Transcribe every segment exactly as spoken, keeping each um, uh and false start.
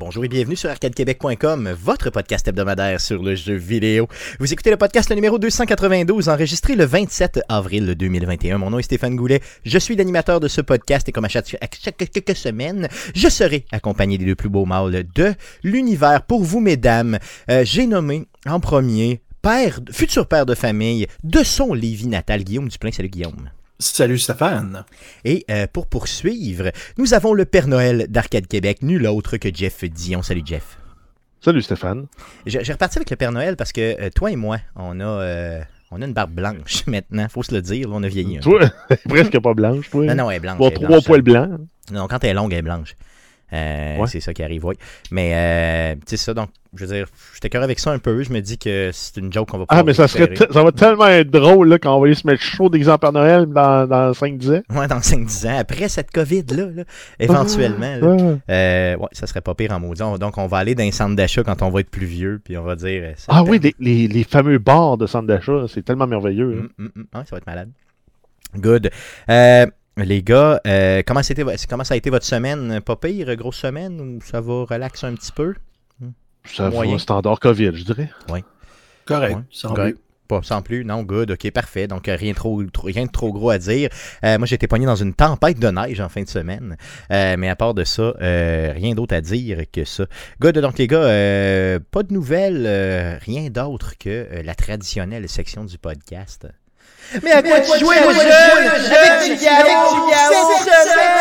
Bonjour et bienvenue sur arcade québec point com, votre podcast hebdomadaire sur le jeu vidéo. Vous écoutez le podcast numéro deux cent quatre-vingt-douze, enregistré le vingt-sept avril deux mille vingt et un. Mon nom est Stéphane Goulet, je suis l'animateur de ce podcast et comme à chaque, à chaque quelques semaines, je serai accompagné des deux plus beaux mâles de l'univers. Pour vous, mesdames, euh, j'ai nommé en premier, père, futur père de famille de son Lévis natal, Guillaume Duplain. Salut Guillaume. Salut Stéphane. Et euh, pour poursuivre, nous avons le Père Noël d'Arcade Québec, nul autre que Jeff Dion. Salut Jeff. Salut Stéphane. J'ai, j'ai reparti avec le Père Noël parce que euh, toi et moi, on a, euh, on a une barbe blanche maintenant, faut se le dire, là, on a vieilli. Toi, presque pas blanche, toi. Non, non, elle est blanche. Bon, elle est trois blanche, poils blancs. Non, quand elle est longue, elle est blanche. Euh, ouais. C'est ça qui arrive, oui. Mais, euh, tu sais ça, donc, je veux dire, j'étais cœur avec ça un peu. Je me dis que c'est une joke qu'on va pouvoir Ah, mais ça, serait t- ça va tellement être drôle là, quand on va aller se mettre chaud d'exemple Père Noël dans, dans cinq dix ans. Ouais, dans cinq dix ans. Après cette COVID-là, là, éventuellement. Là, euh, ouais, ça serait pas pire en maudit. Donc, on va aller dans un centre d'achat quand on va être plus vieux, puis on va dire... Ah oui, les, les, les fameux bars de centre d'achat, c'est tellement merveilleux. Mm, mm, mm. Ouais, ça va être malade. Good. Euh... Les gars, euh, comment, c'était, comment ça a été votre semaine? Pas pire, grosse semaine, ou ça va relaxer un petit peu? Ça Moyen. va, standard COVID, je dirais. Oui. Correct, ouais. sans Correct. plus. Pas sans plus, non, good, ok, parfait. Donc, rien, trop, trop, rien de trop gros à dire. Euh, moi, j'ai été pogné dans une tempête de neige en fin de semaine. Euh, mais à part de ça, euh, rien d'autre à dire que ça. Good, donc les gars, euh, pas de nouvelles, euh, rien d'autre que euh, la traditionnelle section du podcast. Mais à quoi tu jouais au jeu avec du Guillaume cette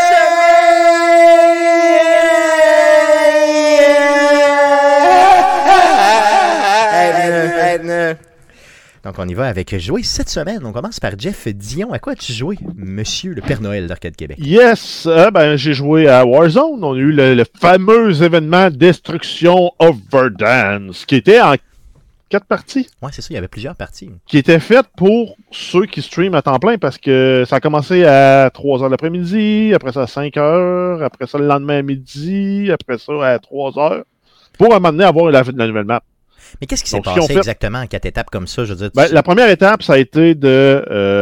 semaine? Donc on y va avec jouer cette semaine. On commence par Jeff Dion. À quoi as-tu joué, monsieur le Père Noël d'Arcade Québec? Yes, euh, ben, j'ai joué à Warzone. On a eu le, le fameux événement Destruction of Verdansk, qui était en quatre parties. Ouais, c'est ça, il y avait plusieurs parties. Qui étaient faites pour ceux qui streament à temps plein parce que ça a commencé à trois heures l'après-midi, après ça à cinq heures, après ça le lendemain à midi, après ça à trois heures, pour à un moment donné avoir la, la nouvelle map. Mais qu'est-ce qui s'est Donc, passé fait... exactement en quatre étapes comme ça? Je veux dire, ben, la première étape, ça a été de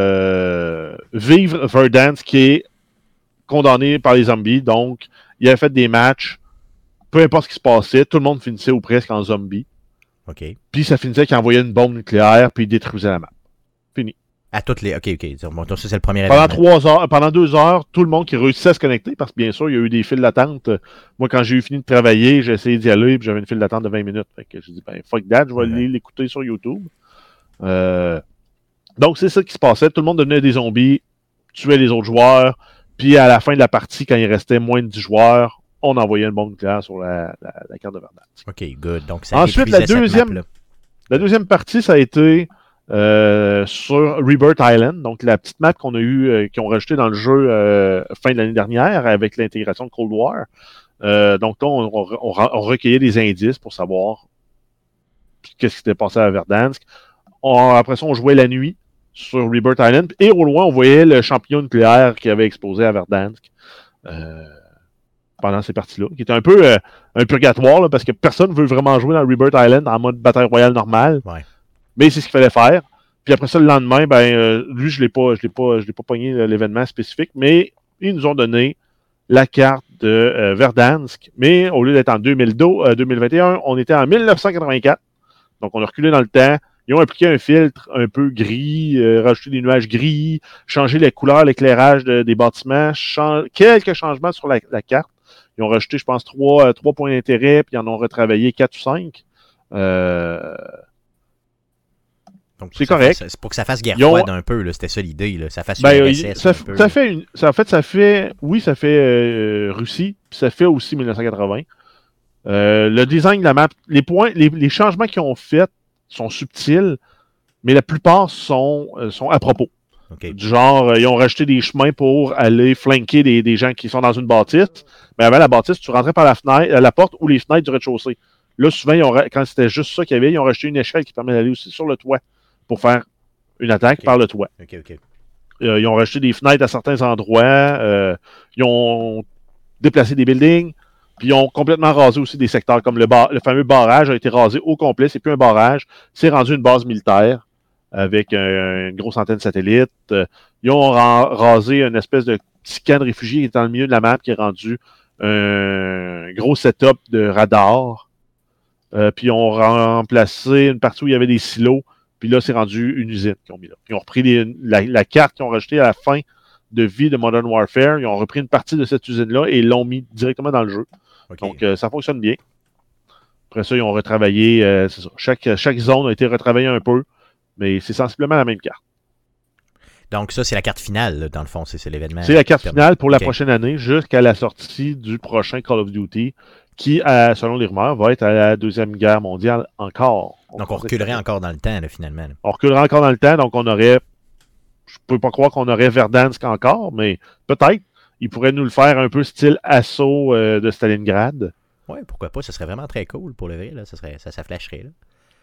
euh, vivre Verdansk qui est condamné par les zombies. Donc, il avait fait des matchs, peu importe ce qui se passait, tout le monde finissait ou presque en zombie. OK. Puis ça finissait qu'il envoyait une bombe nucléaire puis il détruisait la map. Fini. À toutes les... OK, OK. Bon, donc ça, c'est le premier Pendant événement. trois heures, pendant deux heures, tout le monde qui réussissait à se connecter, parce que bien sûr, il y a eu des files d'attente. Moi, quand j'ai eu fini de travailler, j'ai essayé d'y aller, puis j'avais une file d'attente de vingt minutes. Fait que j'ai dit, ben, fuck that, je vais aller l'écouter sur YouTube. Euh... Donc, c'est ça qui se passait. Tout le monde devenait des zombies, tuait les autres joueurs, puis à la fin de la partie, quand il restait moins de dix joueurs, on envoyait une bombe nucléaire sur la, la, la carte de Verdansk. OK, good. Donc, ça Ensuite, la deuxième, la deuxième partie, ça a été euh, sur Rebirth Island, donc la petite map qu'on a eu, euh, qu'ils ont rajouté dans le jeu euh, fin de l'année dernière avec l'intégration de Cold War. Euh, donc là, on, on, on, on recueillait des indices pour savoir qu'est-ce qui s'était passé à Verdansk. On, après ça, on jouait la nuit sur Rebirth Island et au loin, on voyait le champignon nucléaire qui avait explosé à Verdansk. Euh, pendant ces parties-là, qui était un peu euh, un purgatoire, là, parce que personne ne veut vraiment jouer dans Rebirth Island en mode bataille royale normale. Ouais. Mais c'est ce qu'il fallait faire. Puis après ça, le lendemain, ben euh, lui, je ne l'ai pas, je l'ai pas, je l'ai pas pogné l'événement spécifique, mais ils nous ont donné la carte de euh, Verdansk. Mais au lieu d'être en deux mille deux, euh, deux mille vingt et un, on était en mille neuf cent quatre-vingt-quatre. Donc on a reculé dans le temps. Ils ont appliqué un filtre un peu gris, euh, rajouté des nuages gris, changé les couleurs, l'éclairage de, des bâtiments, change... quelques changements sur la, la carte. Ils ont rajouté, je pense, trois, trois points d'intérêt, puis ils en ont retravaillé quatre ou cinq. Euh... Donc, c'est ça correct. Fait, c'est pour que ça fasse guerre ont... froide un peu, là, c'était ça l'idée. Là. Ça fasse ben, une R S S ça, un peu. Ça fait, une, ça, en fait, ça fait... Oui, ça fait euh, Russie, puis ça fait aussi mille neuf cent quatre-vingts. Euh, le design de la map, les, points, les, les changements qu'ils ont faits sont subtils, mais la plupart sont, euh, sont à propos. Okay. Du genre, euh, ils ont rajouté des chemins pour aller flanquer des, des gens qui sont dans une bâtisse. Mais avant la bâtisse, tu rentrais par la fenêtre, la porte ou les fenêtres du rez-de-chaussée. Là, souvent, ils ont, quand c'était juste ça qu'il y avait, ils ont rajouté une échelle qui permet d'aller aussi sur le toit pour faire une attaque okay. par le toit. Okay, okay. Euh, ils ont rajouté des fenêtres à certains endroits. Euh, ils ont déplacé des buildings. Puis ils ont complètement rasé aussi des secteurs, comme le, bar, le fameux barrage a été rasé au complet. C'est plus un barrage, c'est rendu une base militaire avec un, une grosse antenne satellite. Euh, ils ont ra- rasé une espèce de petit camp de réfugiés qui est dans le milieu de la map, qui est rendu un gros setup de radar. Euh, puis ils ont remplacé une partie où il y avait des silos. Puis là, c'est rendu une usine qu'ils ont mis là. Ils ont repris les, la, la carte qu'ils ont rajoutée à la fin de vie de Modern Warfare. Ils ont repris une partie de cette usine-là et l'ont mis directement dans le jeu. Okay. Donc, euh, ça fonctionne bien. Après ça, ils ont retravaillé. Euh, c'est ça. Chaque, chaque zone a été retravaillée un peu, mais c'est sensiblement la même carte. Donc, ça, c'est la carte finale, là, dans le fond. C'est, c'est l'événement. C'est la carte terme. finale pour la okay. prochaine année, jusqu'à la sortie du prochain Call of Duty, qui, euh, selon les rumeurs, va être à la Deuxième Guerre mondiale encore. On donc, on reculerait encore dans le temps, là, finalement. Là. On reculerait encore dans le temps, donc on aurait... Je peux pas croire qu'on aurait Verdansk encore, mais peut-être. Il pourrait nous le faire un peu style assaut euh, de Stalingrad. Oui, pourquoi pas. Ce serait vraiment très cool pour le vrai. Là. Ça, serait, ça, ça flasherait. Là.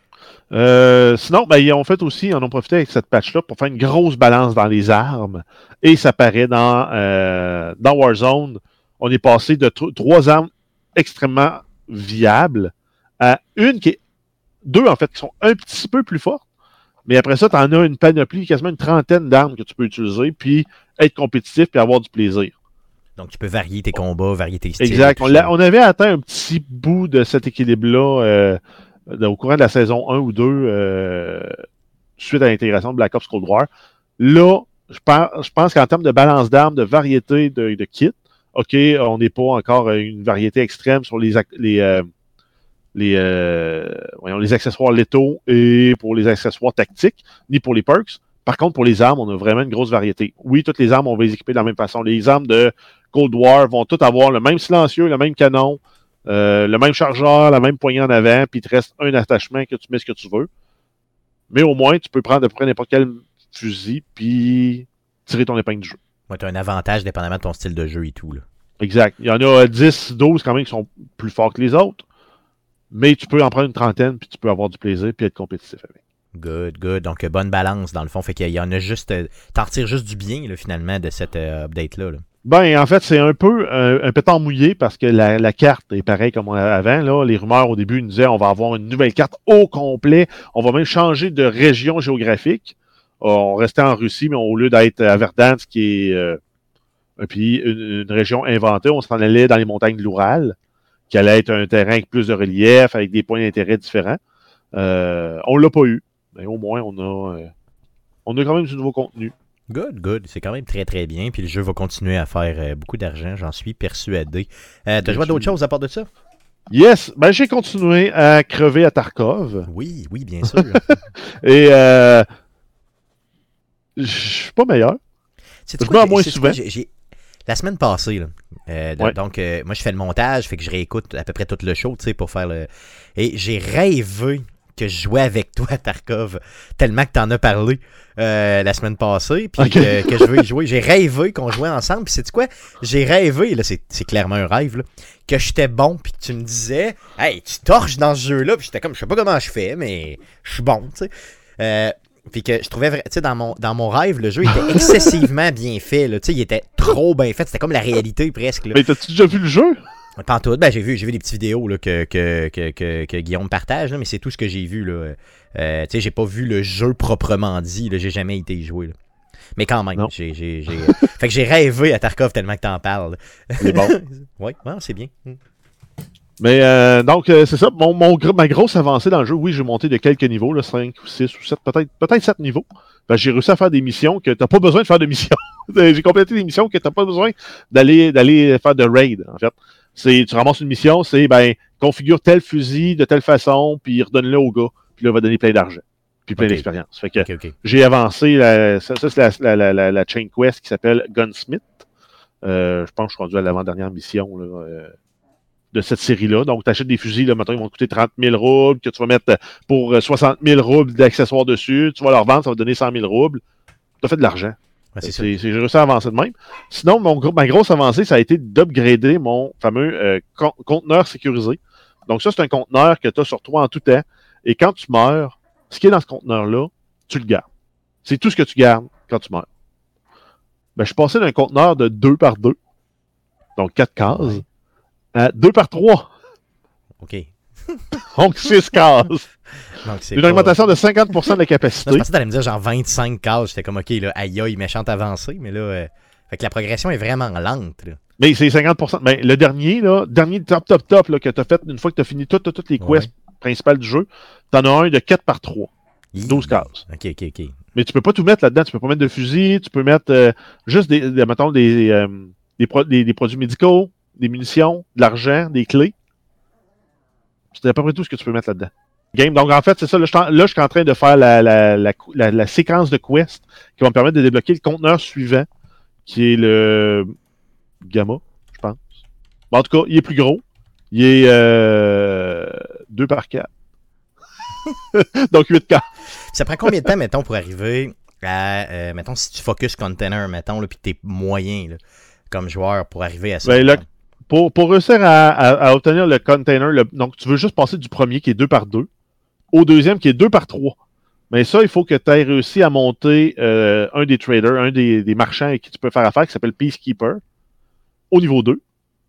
Euh, sinon, ben, ils ont fait aussi, ils en ont profité avec cette patch-là pour faire une grosse balance dans les armes. Et ça paraît dans, euh, dans Warzone, on est passé de t- trois armes extrêmement viables à une qui est... Deux, en fait, qui sont un petit peu plus fortes. Mais après ça, tu en as une panoplie, quasiment une trentaine d'armes que tu peux utiliser, puis être compétitif, puis avoir du plaisir. Donc, tu peux varier tes combats, varier tes styles. Exact. On, on avait atteint un petit bout de cet équilibre-là euh, au courant de la saison un ou deux, euh, suite à l'intégration de Black Ops Cold War. Là, je pense, je pense qu'en termes de balance d'armes, de variété de, de kits, OK, on n'est pas encore une variété extrême sur les... les euh, Les, euh, voyons, les accessoires létaux et pour les accessoires tactiques, ni pour les perks. Par contre, pour les armes, on a vraiment une grosse variété. Oui, toutes les armes, on va les équiper de la même façon. Les armes de Cold War vont toutes avoir le même silencieux, le même canon, euh, le même chargeur, la même poignée en avant, puis il te reste un attachement que tu mets ce que tu veux. Mais au moins, tu peux prendre à peu près n'importe quel fusil, puis tirer ton épingle du jeu. Ouais, tu as un avantage dépendamment de ton style de jeu et tout. Là. Exact. Il y en a dix, douze quand même qui sont plus forts que les autres. Mais tu peux en prendre une trentaine, puis tu peux avoir du plaisir, puis être compétitif avec. Good, good. Donc, bonne balance, dans le fond. Fait qu'il y en a juste... Euh, t'en retires juste du bien, là, finalement, de cette euh, update-là. Là. Ben, en fait, c'est un peu un, un pétard mouillé, parce que la, la carte est pareille comme avant. Là. Les rumeurs, au début, nous disaient on va avoir une nouvelle carte au complet. On va même changer de région géographique. On restait en Russie, mais au lieu d'être à Verdansk, qui est euh, un pays, une, une région inventée, on s'en allait dans les montagnes de l'Oural, qui allait être un terrain avec plus de relief, avec des points d'intérêt différents. Euh, on l'a pas eu, mais au moins, on a, euh, on a quand même du nouveau contenu. Good, good. C'est quand même très, très bien. Puis le jeu va continuer à faire euh, beaucoup d'argent, j'en suis persuadé. Euh, t'as joué à d'autres choses à part de ça? Yes! Ben, j'ai continué à crever à Tarkov. Oui, oui, bien sûr. Et euh, je suis pas meilleur. C'est je meurs moins souvent. Quoi, j'ai, j'ai... La semaine passée, là, euh, de, ouais. donc euh, moi je fais le montage, fait que je réécoute à peu près tout le show, tu sais, pour faire le... Et j'ai rêvé que je jouais avec toi à Tarkov, tellement que t'en as parlé euh, la semaine passée, puis okay. que, que je veux y jouer. J'ai rêvé qu'on jouait ensemble, puis sais-tu quoi? J'ai rêvé, là, c'est, c'est clairement un rêve, là, que j'étais bon, puis que tu me disais « Hey, tu torches dans ce jeu-là », puis j'étais comme « Je sais pas comment je fais, mais je suis bon, tu sais. Euh, » Puis que je trouvais, tu sais, dans mon, dans mon rêve, le jeu était excessivement bien fait. Tu sais, il était trop bien fait. C'était comme la réalité presque. Là. Mais t'as-tu déjà vu le jeu? Pas en tout. Ben, j'ai vu, j'ai vu des petites vidéos là, que, que, que, que, que Guillaume partage, là, mais c'est tout ce que j'ai vu. Là. Euh, tu sais, j'ai pas vu le jeu proprement dit. Là. J'ai jamais été y jouer. Là. Mais quand même, j'ai, j'ai, j'ai... fait que j'ai rêvé à Tarkov tellement que t'en parles. C'est bon. Oui, ouais, c'est bien. Mais euh, donc, euh, c'est ça. Mon, mon, ma grosse avancée dans le jeu, oui, j'ai monté de quelques niveaux, là, cinq ou six ou sept, peut-être, peut-être sept niveaux. Ben, j'ai réussi à faire des missions que t'as pas besoin de faire de missions. J'ai complété des missions que t'as pas besoin d'aller, d'aller faire de raid, en fait. C'est, tu ramasses une mission, c'est, ben, configure tel fusil de telle façon, puis redonne-le au gars, puis là, il va donner plein d'argent, puis plein okay. d'expérience. Fait que okay, okay. j'ai avancé, la, ça, ça c'est la, la, la, la chain quest qui s'appelle Gunsmith. Euh, je pense que je suis rendu à l'avant-dernière mission, là, euh, de cette série-là. Donc, tu achètes des fusils, là, maintenant, ils vont te coûter trente mille roubles, que tu vas mettre pour soixante mille roubles d'accessoires dessus. Tu vas leur vendre, ça va te donner cent mille roubles. Tu as fait de l'argent. Ouais, c'est c'est, c'est, j'ai réussi à avancer de même. Sinon, mon, ma grosse avancée, ça a été d'upgrader mon fameux euh, con- conteneur sécurisé. Donc, ça, c'est un conteneur que tu as sur toi en tout temps. Et quand tu meurs, ce qui est dans ce conteneur-là, tu le gardes. C'est tout ce que tu gardes quand tu meurs. Ben, je suis passé d'un conteneur de deux par deux, donc quatre cases, ouais. à deux par trois. OK. Donc six cases. Donc, c'est une pas... augmentation de cinquante pour cent de la capacité. Non, je pensais que t'allais me dire genre vingt-cinq cases. J'étais comme OK, là, aïe aïe, méchante avancée, mais là, euh... fait que la progression est vraiment lente. Là. Mais c'est cinquante pour cent. Ben, le dernier, là, dernier top, top, top là, que tu as fait une fois que tu as fini toutes tout, tout les quests Ouais. principales du jeu, tu en as un de quatre par trois. douze cases. Ok, ok, ok. Mais tu peux pas tout mettre là-dedans. Tu peux pas mettre de fusil, tu peux mettre euh, juste des, des, mettons, des, euh, des, pro- des, des produits médicaux, des munitions, de l'argent, des clés. C'est à peu près tout ce que tu peux mettre là-dedans. Game. Donc, en fait, c'est ça. Là, je, là, je suis en train de faire la, la, la, la, la séquence de quests qui va me permettre de débloquer le conteneur suivant, qui est le Gamma, je pense. Bon, en tout cas, il est plus gros. Il est euh, deux par quatre. Donc, huit K. Ça prend combien de temps, mettons, pour arriver à, euh, mettons, si tu focus container, mettons, là, puis t'es moyen, là, comme joueur, pour arriver à ça? Ben, là, pour, pour réussir à, à, à obtenir le container, le, donc tu veux juste passer du premier qui est deux par deux au deuxième qui est deux par trois. Mais ça, il faut que tu aies réussi à monter euh, un des traders, un des, des marchands avec qui tu peux faire affaire, qui s'appelle Peacekeeper, au niveau deux.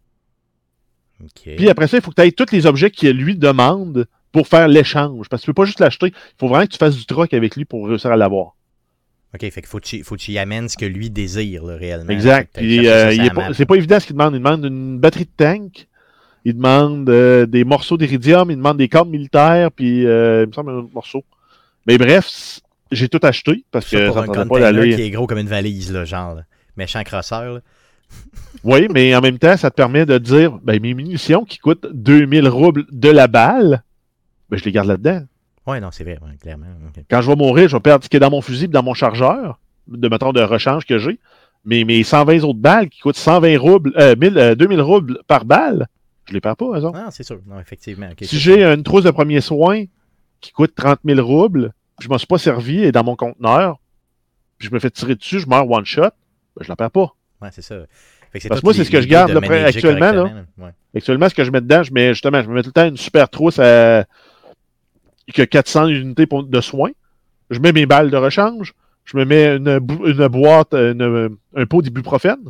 Okay. Puis après ça, il faut que tu aies tous les objets qu'il lui demande pour faire l'échange. Parce que tu peux pas juste l'acheter. Il faut vraiment que tu fasses du troc avec lui pour réussir à l'avoir. OK, fait qu'il faut que tu, faut que tu y amènes ce que lui désire, là, réellement. Exact. Puis euh, il est pas, c'est pas évident ce qu'il demande. Il demande une batterie de tank. Il demande euh, des morceaux d'iridium. Il demande des câbles militaires. Puis euh, il me semble un autre morceau. Mais bref, j'ai tout acheté parce ça que pour ça un me tentait pas container d'aller. qui est gros comme une valise, là, genre. Là. Méchant crosseur, là. Oui, mais en même temps, ça te permet de dire, ben, mes munitions qui coûtent deux mille roubles de la balle, ben, je les garde là-dedans. Oui, non, c'est vrai, ouais, clairement. Okay. Quand je vais mourir, je vais perdre ce qui est dans mon fusil et dans mon chargeur, de mettons de rechange que j'ai. Mais mes cent vingt autres balles qui coûtent cent vingt roubles, euh, mille, euh, deux mille roubles par balle, je les perds pas, eux autres. Non, c'est sûr. Non, effectivement. Okay, si j'ai une trousse de premiers soins qui coûte trente mille roubles, je ne m'en suis pas servi et dans mon conteneur, puis je me fais tirer dessus, je meurs one shot, ben, je la perds pas. Ouais, c'est ça. Parce que moi, c'est ce que je garde là, près, actuellement. Là. Ouais. Actuellement, ce que je mets dedans, je mets justement, je me mets tout le temps une super trousse à... qui a quatre cents unités de soins. Je mets mes balles de rechange. Je me mets une, bo- une boîte, une, un pot d'ibuprofène.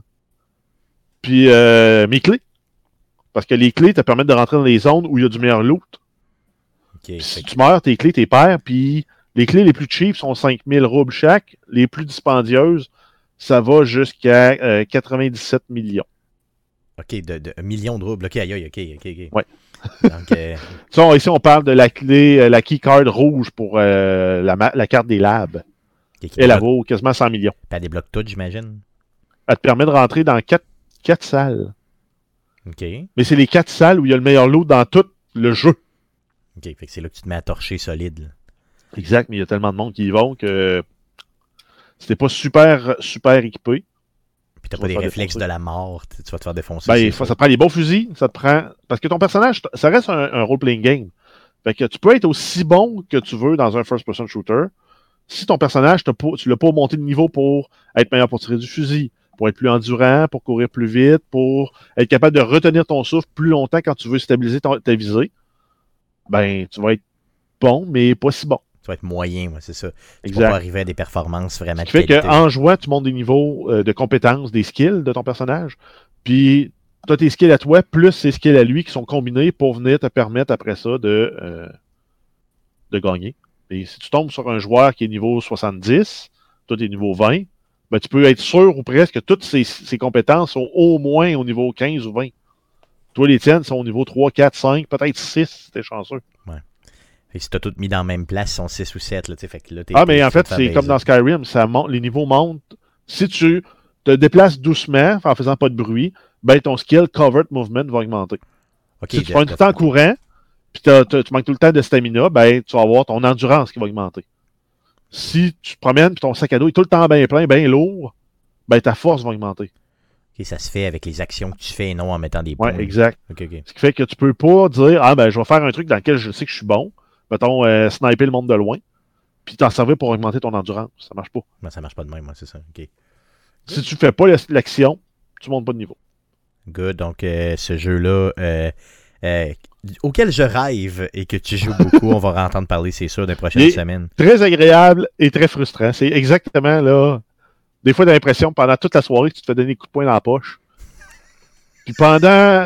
Puis euh, mes clés. Parce que les clés te permettent de rentrer dans les zones où il y a du meilleur loot. Okay, si tu meurs, tes clés, tes perds. Puis les clés les plus cheap sont cinq mille roubles chaque. Les plus dispendieuses, ça va jusqu'à euh, quatre-vingt-dix-sept millions. OK, de, de un million de roubles. OK, aïe, aïe, OK, OK, OK. Ouais. Donc, euh... ça, ici, on parle de la clé, euh, la keycard rouge pour euh, la, la carte des labs. Okay, elle bloque... vaut quasiment cent millions. Puis elle débloque tout, j'imagine. Elle te permet de rentrer dans quatre, quatre salles. OK. Mais c'est les quatre salles où il y a le meilleur loot dans tout le jeu. OK, fait que c'est là que tu te mets à torcher solide. Là. Exact, mais il y a tellement de monde qui y vont que c'était pas super, super équipé. Puis t'as pas des réflexes défoncer. De la mort, tu vas te faire défoncer. Ben, ça, ça te prend les bons fusils, ça te prend... Parce que ton personnage, ça reste un, un role-playing game. Fait que tu peux être aussi bon que tu veux dans un first-person shooter. Si ton personnage, pas, tu l'as pas monté de niveau pour être meilleur pour tirer du fusil, pour être plus endurant, pour courir plus vite, pour être capable de retenir ton souffle plus longtemps quand tu veux stabiliser ton, ta visée, ben, tu vas être bon, mais pas si bon. Tu vas être moyen, moi, c'est ça. Tu exact. vas pas arriver à des performances vraiment de qualité. Ce qui fait qu'en jouant, tu montes des niveaux euh, de compétences, des skills de ton personnage, puis tu as tes skills à toi, plus ses skills à lui qui sont combinés pour venir te permettre après ça de, euh, de gagner. Et si tu tombes sur un joueur qui est niveau soixante-dix, toi tu es niveau vingt, ben, tu peux être sûr ou presque que toutes ces, ces compétences sont au moins au niveau quinze ou vingt. Toi, les tiennes sont au niveau trois, quatre, cinq, peut-être six si t'es chanceux. Ouais. Et si t'as tout mis dans la même place, ils sont six ou sept. Là, fait que là, t'es, ah, mais t'es en fait, c'est comme dans Skyrim, ça monte, les niveaux montent. Si tu te déplaces doucement, en faisant pas de bruit, ben ton skill Covert Movement va augmenter. Okay, si tu prends tout le temps courant, puis t'as, t'as, tu manques tout le temps de stamina, ben tu vas avoir ton endurance qui va augmenter. Si tu te promènes, puis ton sac à dos est tout le temps bien plein, bien lourd, ben ta force va augmenter. Okay, ça se fait avec les actions que tu fais et non en mettant des points. Oui, exact. Okay, okay. Ce qui fait que tu peux pas dire, ah ben je vais faire un truc dans lequel je sais que je suis bon, mettons, euh, sniper le monde de loin, puis t'en servir pour augmenter ton endurance. Ça marche pas. Non, ça marche pas de même, moi, c'est ça. Okay. Si tu fais pas l'action, tu montes pas de niveau. Good. Donc, euh, ce jeu-là, euh, euh, auquel je rêve et que tu joues beaucoup, on va entendre parler, c'est sûr, des prochaines semaines. Très agréable et très frustrant. C'est exactement là. Des fois, t'as l'impression pendant toute la soirée que tu te fais donner des coups de poing dans la poche. Puis pendant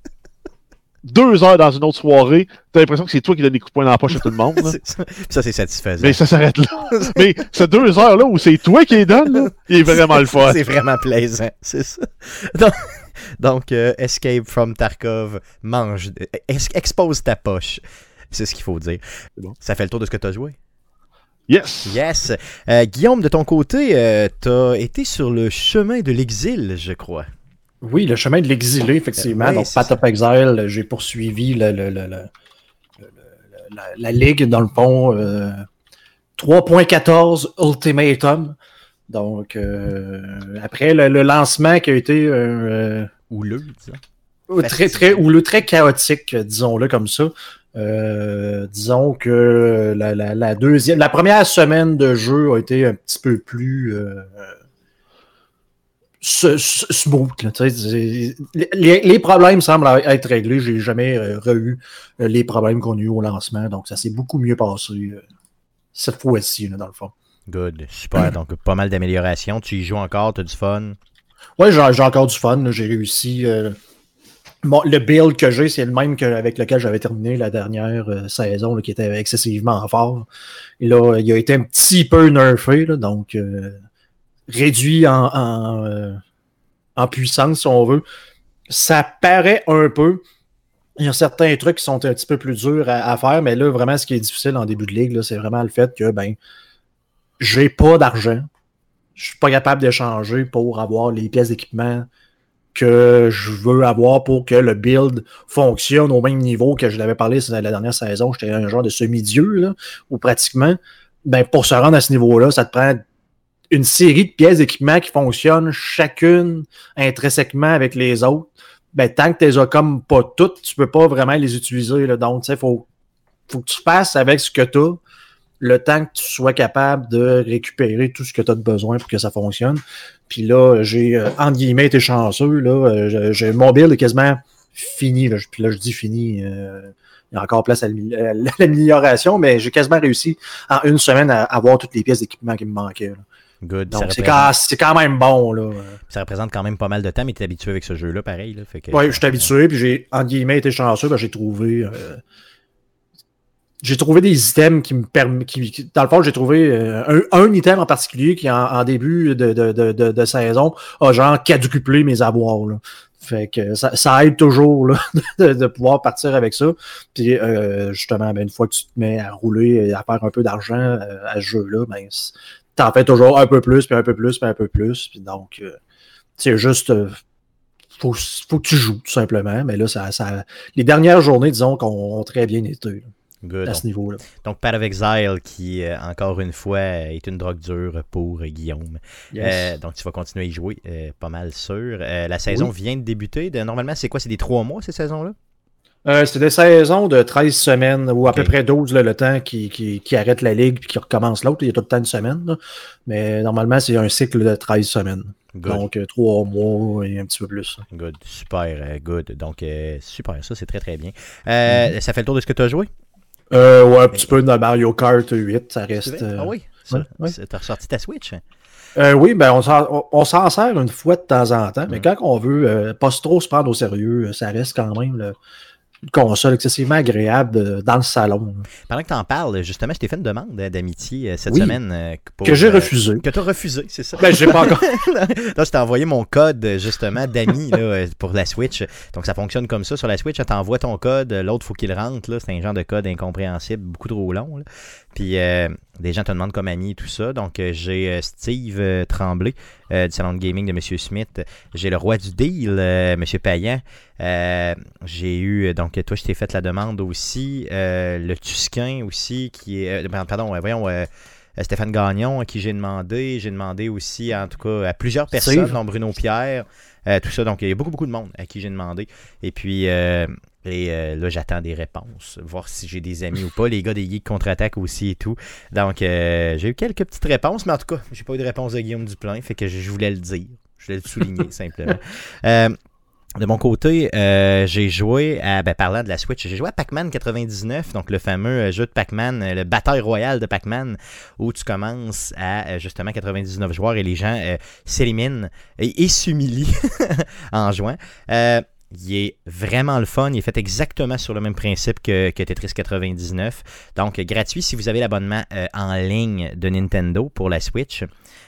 deux heures dans une autre soirée, t'as l'impression que c'est toi qui donnes des coups de poing dans la poche à tout le monde. ça, ça, c'est satisfaisant. Mais ça s'arrête là. Mais ces deux heures-là où c'est toi qui les donnes, là, il est vraiment le fun. C'est vraiment plaisant, c'est ça. Donc, Donc, euh, Escape from Tarkov, mange, es- expose ta poche. C'est ce qu'il faut dire. Bon. Ça fait le tour de ce que tu as joué? Yes! Yes! Euh, Guillaume, de ton côté, euh, tu as été sur le chemin de l'exil, je crois. Oui, le chemin de l'exilé, effectivement. Euh, oui, Donc, c'est Path ça. of Exile, j'ai poursuivi le, le, le, le, le, la, la ligue, dans le fond, euh, trois point quatorze Ultimatum. Donc, euh, après le, le lancement qui a été euh, Houleux, disons. euh, très, très houleux, très chaotique, disons-le comme ça. Euh, disons que la, la, la deuxième, la première semaine de jeu a été un petit peu plus euh, smooth. Là, les, les problèmes semblent être réglés. J'ai jamais euh, re-eu les problèmes qu'on a eu au lancement, donc ça s'est beaucoup mieux passé euh, cette fois-ci, là, dans le fond. Good, super. Donc, pas mal d'améliorations. Tu y joues encore, tu as du fun? Ouais, j'ai, j'ai encore du fun. Là. J'ai réussi. Euh, bon, le build que j'ai, c'est le même qu'avec lequel j'avais terminé la dernière euh, saison, là, qui était excessivement fort. Et là, il a été un petit peu nerfé, là, donc euh, réduit en, en, euh, en puissance, si on veut. Ça paraît un peu. Il y a certains trucs qui sont un petit peu plus durs à, à faire, mais là, vraiment, ce qui est difficile en début de ligue, là, c'est vraiment le fait que, ben, j'ai pas d'argent. Je suis pas capable d'échanger pour avoir les pièces d'équipement que je veux avoir pour que le build fonctionne au même niveau que je l'avais parlé la dernière saison. J'étais un genre de semi-dieu, là, ou pratiquement. Ben, pour se rendre à ce niveau-là, ça te prend une série de pièces d'équipement qui fonctionnent chacune intrinsèquement avec les autres. Ben, tant que tu les as comme pas toutes, tu peux pas vraiment les utiliser. Là. Donc, tu sais, faut, faut que tu fasses avec ce que tu as le temps que tu sois capable de récupérer tout ce que tu as de besoin pour que ça fonctionne. Puis là, j'ai, euh, entre guillemets, été chanceux. Là, euh, j'ai, mon build est quasiment fini. Là. Puis là, je dis fini. Euh, il y a encore place à l'amélioration, mais j'ai quasiment réussi en une semaine à avoir toutes les pièces d'équipement qui me manquaient. Là. Good. Donc, c'est, représente... quand, c'est quand même bon. Là. Ça représente quand même pas mal de temps, mais tu es habitué avec ce jeu-là, pareil. Là, fait que... Oui, je suis habitué, puis j'ai, entre guillemets, été chanceux. Ben, j'ai trouvé... Euh, J'ai trouvé des items qui me permettent. Qui, dans le fond, j'ai trouvé euh, un, un item en particulier qui, en, en début de, de, de, de, de saison, a genre quadruplé mes avoirs. Là. Fait que ça, ça aide toujours là, de, de pouvoir partir avec ça. Puis euh, justement, ben, une fois que tu te mets à rouler et à faire un peu d'argent euh, à ce jeu-là, ben, t'en fais toujours un peu plus, puis un peu plus, puis un peu plus. Puis donc, euh, c'est juste. Euh, faut, faut que tu joues, tout simplement. Mais là, ça, ça, les dernières journées, disons, qu'on ont très bien été. Là. Good. À ce niveau-là. Donc, Path of Exile, qui, euh, encore une fois, est une drogue dure pour euh, Guillaume. Yes. Euh, donc, tu vas continuer à y jouer, euh, pas mal sûr. Euh, la saison oui. vient de débuter. De, normalement, c'est quoi? C'est des trois mois, ces saisons-là? Euh, c'est des saisons de treize semaines, ou à okay. peu près douze, là, le temps qui, qui, qui arrête la ligue puis qui recommence l'autre. Il y a tout le temps une semaine. Là. Mais normalement, c'est un cycle de treize semaines. Good. Donc, euh, trois mois et un petit peu plus. Good. Super. Euh, good. Donc, euh, super. Ça, c'est très, très bien. Euh, mm-hmm. Ça fait le tour de ce que tu as joué? Euh, ouais, un petit peu dans Mario Kart huit, ça reste... Euh... Ah oui? Ça, ouais, ouais. T'as ressorti ta Switch? Euh, oui, ben on s'en, on, on s'en sert une fois de temps en temps, mais mm. quand on veut euh, pas trop se prendre au sérieux, ça reste quand même le, une console excessivement agréable euh, dans le salon. Pendant que tu en parles, justement, je t'ai fait une demande d'amitié cette oui, semaine. Euh, pour, que j'ai euh, refusé. Que tu as refusé, c'est ça? Ben, j'ai pas encore. Là, je t'ai envoyé mon code, justement, d'amis là, pour la Switch. Donc, ça fonctionne comme ça. Sur la Switch, tu envoies ton code, l'autre, il faut qu'il rentre. Là. C'est un genre de code incompréhensible, beaucoup trop long. Là. Puis, euh, des gens te demandent comme ami et tout ça. Donc, euh, j'ai euh, Steve euh, Tremblay euh, du salon de gaming de M. Smith. J'ai le roi du deal, euh, M. Payan. Euh, j'ai eu, donc, toi, je t'ai fait la demande aussi. Euh, le Tusquin aussi, qui est. Euh, pardon, euh, voyons. Euh, Stéphane Gagnon, à qui j'ai demandé. J'ai demandé aussi, en tout cas, à plusieurs personnes, dont Bruno Pierre. Euh, tout ça. Donc, il y a beaucoup, beaucoup de monde à qui j'ai demandé. Et puis. Euh, Et euh, là, j'attends des réponses, voir si j'ai des amis ou pas. Les gars des Geeks contre-attaque aussi et tout. Donc, euh, j'ai eu quelques petites réponses, mais en tout cas, j'ai pas eu de réponse de Guillaume Duplain, fait que je voulais le dire. Je voulais le souligner, simplement. Euh, de mon côté, euh, j'ai joué à, ben, parlant de la Switch, j'ai joué à Pac-Man quatre-vingt-dix-neuf, donc le fameux jeu de Pac-Man, le bataille royale de Pac-Man, où tu commences à, justement, quatre-vingt-dix-neuf joueurs et les gens euh, s'éliminent et, et s'humilient en jouant. Euh, il est vraiment le fun. Il est fait exactement sur le même principe que, que Tetris quatre-vingt-dix-neuf. Donc, gratuit si vous avez l'abonnement euh, en ligne de Nintendo pour la Switch.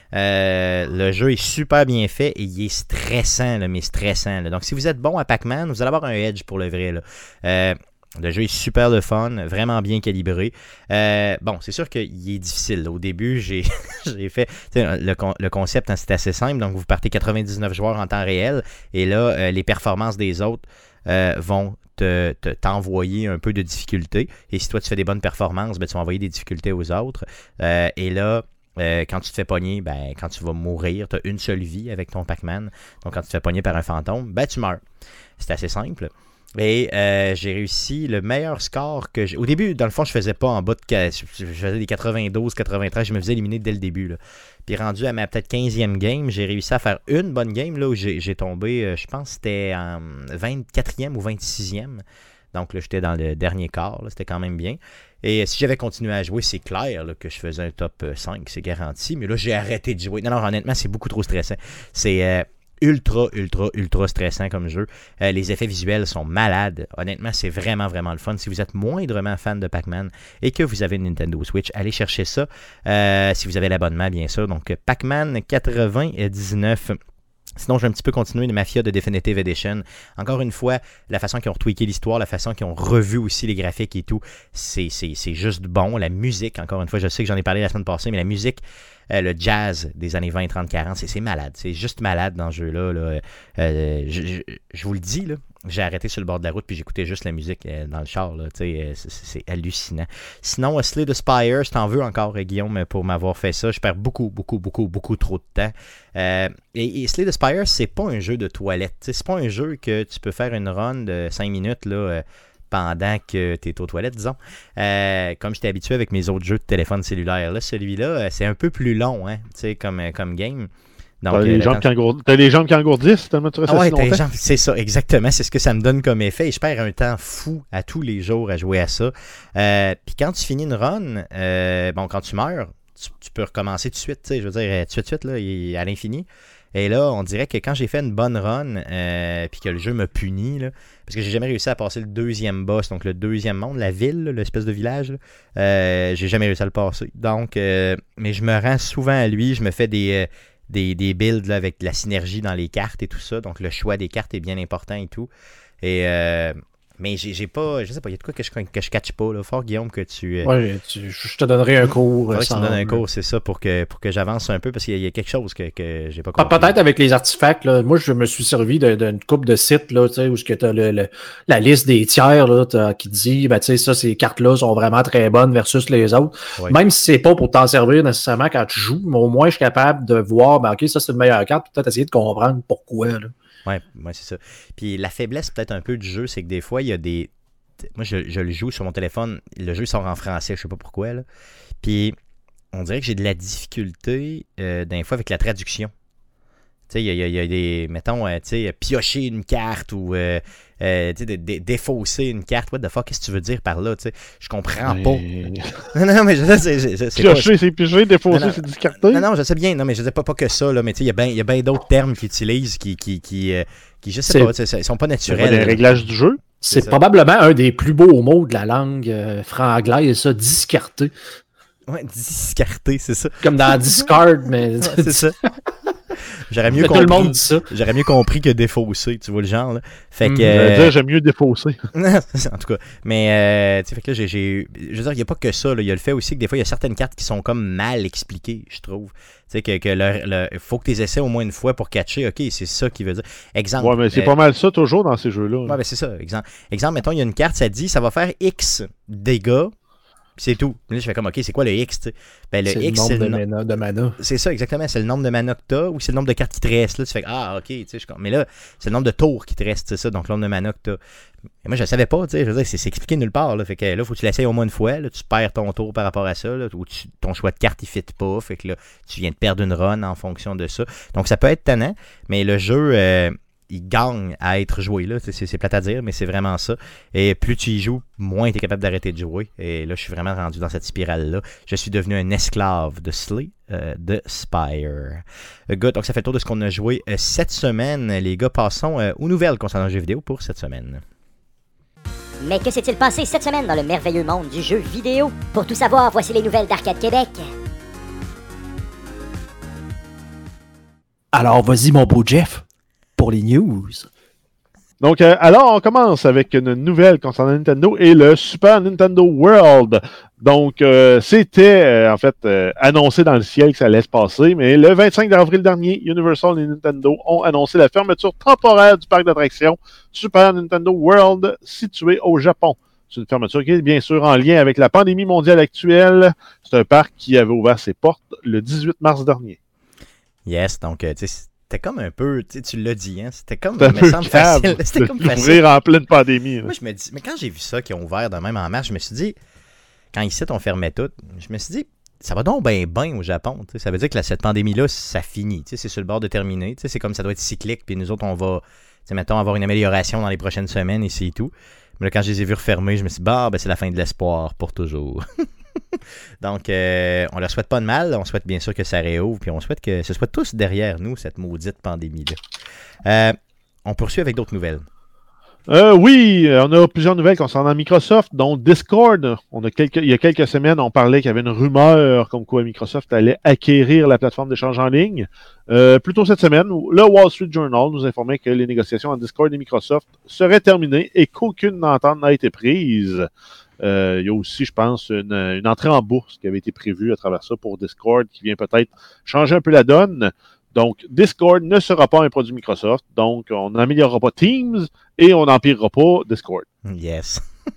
Euh, le jeu est super bien fait et il est stressant, là, mais stressant. Là. Donc, si vous êtes bon à Pac-Man, vous allez avoir un edge pour le vrai. Là. Euh, le jeu est super le fun, vraiment bien calibré. Euh, bon, c'est sûr qu'il est difficile. Là. Au début, j'ai, j'ai fait... Le, le concept, hein, c'est assez simple. Donc, vous partez quatre-vingt-dix-neuf joueurs en temps réel. Et là, euh, les performances des autres euh, vont te, te, t'envoyer un peu de difficulté. Et si toi, tu fais des bonnes performances, ben, tu vas envoyer des difficultés aux autres. Euh, et là... Euh, quand tu te fais pogner, ben, quand tu vas mourir, tu as une seule vie avec ton Pac-Man. Donc, quand tu te fais pogner par un fantôme, ben, tu meurs. C'est assez simple. Et euh, j'ai réussi le meilleur score que j'ai. Au début, dans le fond, je faisais pas en bas de. Je faisais des quatre-vingt-douze, quatre-vingt-treize. Je me faisais éliminer dès le début. Là. Puis rendu à ma peut-être quinzième game, j'ai réussi à faire une bonne game là, où j'ai, j'ai tombé, euh, je pense que c'était en vingt-quatrième ou vingt-sixième. Donc là, j'étais dans le dernier quart. Là, c'était quand même bien. Et si j'avais continué à jouer, c'est clair là, que je faisais un top cinq, c'est garanti. Mais là, j'ai arrêté de jouer. Non, non, honnêtement, c'est beaucoup trop stressant. C'est euh, ultra, ultra, ultra stressant comme jeu. Euh, les effets visuels sont malades. Honnêtement, c'est vraiment, vraiment le fun. Si vous êtes moindrement fan de Pac-Man et que vous avez une Nintendo Switch, allez chercher ça. Euh, si vous avez l'abonnement, bien sûr. Donc, Pac-Man quatre-vingt-dix-neuf. Sinon, je vais un petit peu continuer de Mafia de Definitive Edition. Encore une fois, la façon qu'ils ont retweaké l'histoire, la façon qu'ils ont revu aussi les graphiques et tout, c'est, c'est, c'est juste bon. La musique, encore une fois, je sais que j'en ai parlé la semaine passée, mais la musique, euh, le jazz des années vingt, trente, quarante, c'est, c'est malade. C'est juste malade dans ce jeu-là. Là. Euh, je, je, je vous le dis, là. J'ai arrêté sur le bord de la route puis j'écoutais juste la musique euh, dans le char. Là, c'est, c'est, c'est hallucinant. Sinon, uh, Slay the Spire, je t'en veux encore, euh, Guillaume, pour m'avoir fait ça. Je perds beaucoup, beaucoup, beaucoup, beaucoup trop de temps. Euh, et, et Slay the Spire, c'est pas un jeu de toilette. T'sais, c'est pas un jeu que tu peux faire une run de cinq minutes là, euh, pendant que tu es aux toilettes, disons. Euh, comme j'étais habitué avec mes autres jeux de téléphone cellulaire. Là, celui-là, euh, c'est un peu plus long hein, comme, comme game. Donc, t'as, les euh, jambes qui engourd... t'as les jambes qui engourdissent tellement tu restes ah ouais, assis longtemps. Jambes... C'est ça, exactement. C'est ce que ça me donne comme effet. Et je perds un temps fou à tous les jours à jouer à ça. Euh, Puis quand tu finis une run, euh, bon, quand tu meurs, tu, tu peux recommencer tout de suite. Je veux dire, tout de suite, là, à l'infini. Et là, on dirait que quand j'ai fait une bonne run, euh, puis que le jeu me punit, là, parce que j'ai jamais réussi à passer le deuxième boss, donc le deuxième monde, la ville, là, l'espèce de village, là, euh, j'ai jamais réussi à le passer. Donc, euh, mais je me rends souvent à lui, je me fais des... Euh, Des, des builds là, avec de la synergie dans les cartes et tout ça. Donc, le choix des cartes est bien important et tout. Et, euh, mais j'ai, j'ai pas... Je sais pas, il y a de quoi que je que je catch pas. Là. Fort, Guillaume, que tu... Euh, ouais, tu, je te donnerai un cours. Faudrait que tu me donnes un cours, c'est ça, pour que, pour que j'avance un peu, parce qu'il y a, il y a quelque chose que, que j'ai pas Ah, compris. peut-être avec les artefacts. Là, moi, je me suis servi de, d'une couple de sites là, où tu as le, le, la liste des tiers là, qui dit ben, ça, ces cartes-là sont vraiment très bonnes versus les autres. Ouais. Même si c'est pas pour t'en servir nécessairement quand tu joues, mais au moins, je suis capable de voir ben, OK, ça, c'est une meilleure carte, peut-être essayer de comprendre pourquoi. Là. Ouais, ouais, c'est ça. Puis la faiblesse peut-être un peu du jeu, c'est que des fois, il y a des... Moi, je, je le joue sur mon téléphone. Le jeu sort en français, je sais pas pourquoi. Là. Puis, on dirait que j'ai de la difficulté, euh, d'un fois, avec la traduction. Tu sais, il y, y, y a des... Mettons, euh, tu sais, piocher une carte ou... Euh, euh, tu sais, dé, défausser une carte. What the fuck, qu'est-ce que tu veux dire par là? Tu sais, je comprends mais... pas. non, non, mais je sais, c'est... c'est, c'est piocher, pas... c'est piger, défausser, non, non, c'est discarter. Non, non, je sais bien. Non, mais je sais pas, pas que ça, là. Mais tu sais, il y a bien y a ben d'autres termes qu'ils utilisent qui... qui, qui, euh, qui je sais c'est... pas, ils sont pas naturels. C'est les réglages du jeu. C'est, c'est probablement un des plus beaux mots de la langue euh, franc-anglaise, ça, discarter. Ouais, discarter, c'est ça. Comme dans Discard, mais... ouais, c'est ça. J'aurais mieux, compris, tout le monde dit ça. J'aurais mieux compris que défausser, tu vois le genre. Là. Fait que, mmh, euh... dire, j'aime mieux défausser. en tout cas. Mais, euh, tu sais, fait que là, j'ai, j'ai... je veux dire, il n'y a pas que ça. Là. Il y a le fait aussi que des fois, il y a certaines cartes qui sont comme mal expliquées, je trouve. Tu sais, que, que le, le, faut que tu les essaies au moins une fois pour catcher. OK, c'est ça qui veut dire. Exemple. Ouais, mais c'est euh... pas mal ça toujours dans ces jeux-là. Ouais, ben c'est ça. Exemple, exemple, mettons, il y a une carte, ça dit, ça va faire X dégâts. C'est tout. Là, je fais comme, OK, c'est quoi le X, tu sais? Ben, le c'est X, le nombre c'est le de, mana, de mana. C'est ça, exactement. C'est le nombre de mana que t'as ou c'est le nombre de cartes qui te restent. Là, tu fais, ah, OK, tu sais, je... mais là, c'est le nombre de tours qui te restent, c'est ça, donc le nombre de mana que t'as. Et moi, je savais pas, tu sais, je veux dire, c'est, c'est expliqué nulle part, là. Fait que là, faut que tu l'essayes au moins une fois, là, tu perds ton tour par rapport à ça, là, ou tu, ton choix de carte, il fit pas, fait que là, tu viens de perdre une run en fonction de ça. Donc, ça peut être tannant, mais le jeu, euh, il gagne à être joué. Là. C'est, c'est plate à dire, mais c'est vraiment ça. Et plus tu y joues, moins tu es capable d'arrêter de jouer. Et là, je suis vraiment rendu dans cette spirale-là. Je suis devenu un esclave de Slay, euh, de Spire. Euh, good, donc ça fait le tour de ce qu'on a joué euh, cette semaine. Les gars, passons euh, aux nouvelles concernant le jeu vidéo pour cette semaine. Mais que s'est-il passé cette semaine dans le merveilleux monde du jeu vidéo? Pour tout savoir, voici les nouvelles d'Arcade Québec. Alors, vas-y, mon beau Jeff, pour les news. Donc, euh, alors, on commence avec une nouvelle concernant Nintendo et le Super Nintendo World. Donc, euh, c'était, euh, en fait, euh, annoncé dans le ciel que ça allait se passer, mais le vingt-cinq avril dernier, Universal et Nintendo ont annoncé la fermeture temporaire du parc d'attractions Super Nintendo World, situé au Japon. C'est une fermeture qui est bien sûr en lien avec la pandémie mondiale actuelle. C'est un parc qui avait ouvert ses portes le dix-huit mars dernier. Yes, donc, euh, tu sais, c'était comme un peu, tu sais, tu l'as dit, hein, c'était comme, C'était un me peu semble cave facile. C'était comme facile. d'ouvrir en pleine pandémie. Là. Moi, je me dis, mais quand j'ai vu ça, qu'ils ont ouvert de même en mars, je me suis dit, quand ici, on fermait tout, je me suis dit, ça va donc bien bien au Japon. Tu sais, ça veut dire que la, cette pandémie-là, ça finit. Tu sais, c'est sur le bord de terminer. Tu sais, c'est comme ça doit être cyclique, puis nous autres, on va, tu sais, mettons, avoir une amélioration dans les prochaines semaines, et c'est tout. Mais là, quand je les ai vus refermer, je me suis dit, bah, ben, c'est la fin de l'espoir pour toujours. Donc, euh, on leur souhaite pas de mal. On souhaite bien sûr que ça réouvre. Puis on souhaite que ce soit tous derrière nous, cette maudite pandémie-là. Euh, on poursuit avec d'autres nouvelles. Euh, oui, on a plusieurs nouvelles concernant Microsoft, dont Discord. On a quelques, il y a quelques semaines, on parlait qu'il y avait une rumeur comme quoi Microsoft allait acquérir la plateforme d'échange en ligne. Euh, plus tôt cette semaine, le Wall Street Journal nous informait que les négociations entre Discord et Microsoft seraient terminées et qu'aucune entente n'a été prise. Euh, il y a aussi, je pense, une, une entrée en bourse qui avait été prévue à travers ça pour Discord, qui vient peut-être changer un peu la donne. Donc, Discord ne sera pas un produit Microsoft, donc on n'améliorera pas Teams et on n'empirera pas Discord. Yes.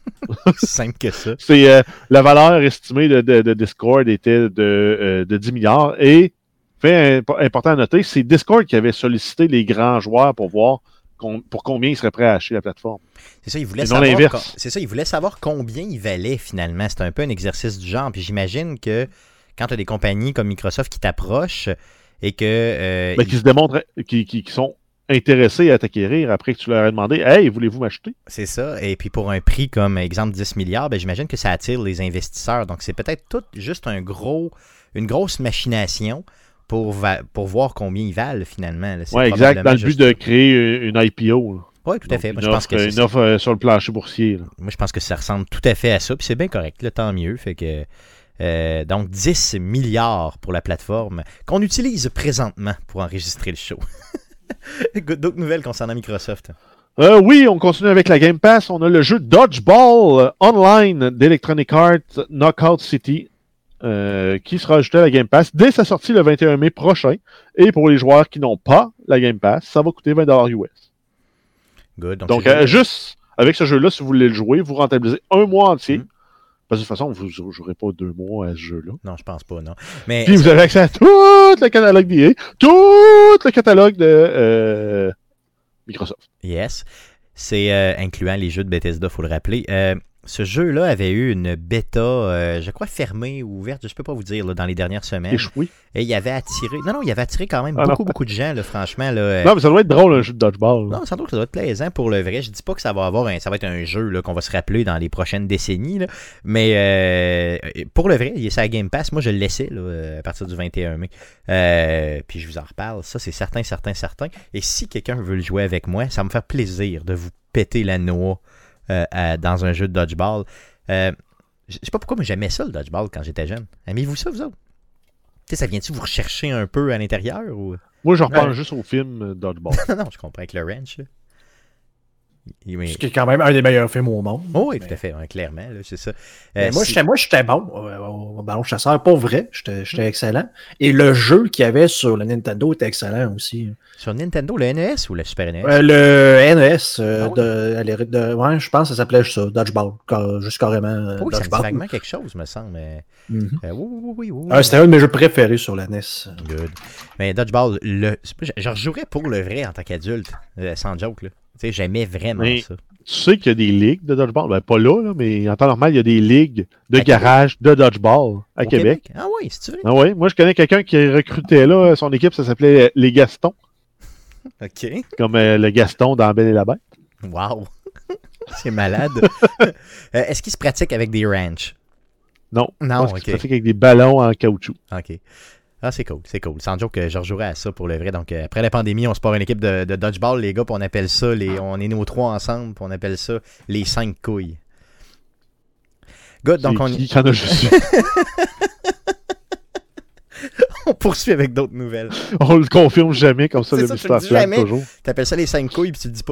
Simple que ça. C'est euh, la valeur estimée de, de, de Discord était de, euh, de dix milliards et, fait imp- important à noter, c'est Discord qui avait sollicité les grands joueurs pour voir com- pour combien ils seraient prêts à acheter la plateforme. C'est ça, il voulait Et non savoir. l'inverse. C'est ça, il voulait savoir combien il valait finalement. C'était un peu un exercice du genre. Puis j'imagine que quand tu as des compagnies comme Microsoft qui t'approchent et que. Euh, Ben, ils... qui se démontrent, qui, qui, qui sont intéressés à t'acquérir après que tu leur as demandé « Hey, voulez-vous m'acheter? » C'est ça. Et puis pour un prix comme exemple dix milliards, ben j'imagine que ça attire les investisseurs. Donc c'est peut-être tout juste un gros, une grosse machination pour, va... pour voir combien ils valent finalement. Oui, exact. Dans le but juste... de créer une I P O. Là. Oui, tout à Donc, fait. Moi, une je pense offre, que c'est une ça. offre euh, sur le plancher boursier. Là. Moi, je pense que ça ressemble tout à fait à ça. Puis c'est bien correct, là, tant mieux. Fait que, euh, donc, dix milliards pour la plateforme qu'on utilise présentement pour enregistrer le show. D'autres nouvelles concernant Microsoft. Euh, oui, on continue avec la Game Pass. On a le jeu Dodgeball euh, Online d'Electronic Arts Knockout City euh, qui sera ajouté à la Game Pass dès sa sortie le vingt et un mai prochain. Et pour les joueurs qui n'ont pas la Game Pass, ça va coûter vingt dollars U S. Good. Donc, Donc, euh, juste avec ce jeu-là, si vous voulez le jouer, vous rentabilisez un mois entier. Mm. Parce que de toute façon, vous ne jouerez pas deux mois à ce jeu-là. Non, je pense pas, non. Mais, puis vous avez accès à tout le catalogue d'E A, tout le catalogue de euh, Microsoft. Yes. C'est euh, incluant les jeux de Bethesda, il faut le rappeler. Euh, ce jeu-là avait eu une bêta, euh, je crois, fermée ou ouverte, je ne peux pas vous dire, là, dans les dernières semaines. Échoué. Et il avait attiré... Non, non, il avait attiré quand même ah, beaucoup, non. beaucoup de gens, là, franchement. Là, euh... Non, mais ça doit être drôle, un jeu de dodgeball. Là. Non, sans doute que ça doit être plaisant pour le vrai. Je dis pas que ça va avoir un, ça va être un jeu là, qu'on va se rappeler dans les prochaines décennies, là. Mais euh, pour le vrai, il est sur la Game Pass. Moi, je le laissais là, à partir du vingt et un mai. Euh, puis je vous en reparle. Ça, c'est certain, certain, certain. Et si quelqu'un veut le jouer avec moi, ça va me faire plaisir de vous péter la noix euh, à, dans un jeu de dodgeball. Euh, je sais pas pourquoi, mais j'aimais ça, le dodgeball, quand j'étais jeune. Aimez-vous ça, vous autres? Tu sais, ça vient-tu vous rechercher un peu à l'intérieur? Ou... Moi, je repense ouais. juste au film Dodgeball. non, non, je comprends avec le ranch. Là. Mais... Ce qui est quand même un des meilleurs films au monde. Oh, oui, mais... tout à fait, ouais, clairement, là, c'est ça. Euh, moi, j'étais, moi, j'étais bon euh, au ballon chasseur, pas vrai, j'étais, j'étais excellent. Et le jeu qu'il y avait sur le Nintendo était excellent aussi. Sur Nintendo, le N E S ou le Super N E S? Euh, le N E S, euh, ah, oui? de, de, ouais, je pense que ça s'appelait ça, Dodgeball, juste carrément. Euh, oui, Dodgeball. ça me dit vaguement quelque chose, me semble. Mais... Mm-hmm. Euh, oui, oui, oui, oui, euh, c'était un de mes jeux préférés sur la N E S. Good. Mais Dodgeball, le... je rejouerais pour le vrai en tant qu'adulte, euh, sans joke, là. Tu sais, j'aimais vraiment mais... ça. Tu sais qu'il y a des ligues de dodgeball. Ben, pas là, là, mais en temps normal, il y a des ligues de à garage Québec. de dodgeball à Au Québec. Québec. Ah oui, c'est vrai. Ah oui, moi je connais quelqu'un qui recrutait là, son équipe, ça s'appelait les Gastons. OK. Comme euh, le Gaston dans Belle et la Bête. Wow. C'est malade. euh, est-ce qu'il se pratique avec des ranchs? Non. Non, je pense OK. qu'il se pratique avec des ballons en caoutchouc. OK. Ah, c'est cool, c'est cool. Sans joke, je rejouerai à ça pour le vrai. Donc, euh, après la pandémie, on se part une équipe de, de dodgeball, les gars, puis on appelle ça, les, on est nos trois ensemble, puis on appelle ça les cinq couilles. Good, donc C'est on... qui qui en a juste eu? on poursuit avec d'autres nouvelles. On le confirme jamais, comme ça, C'est le ça, tu mystère le dis flamme jamais. toujours. T'appelles ça les cinq couilles, puis tu le dis pas.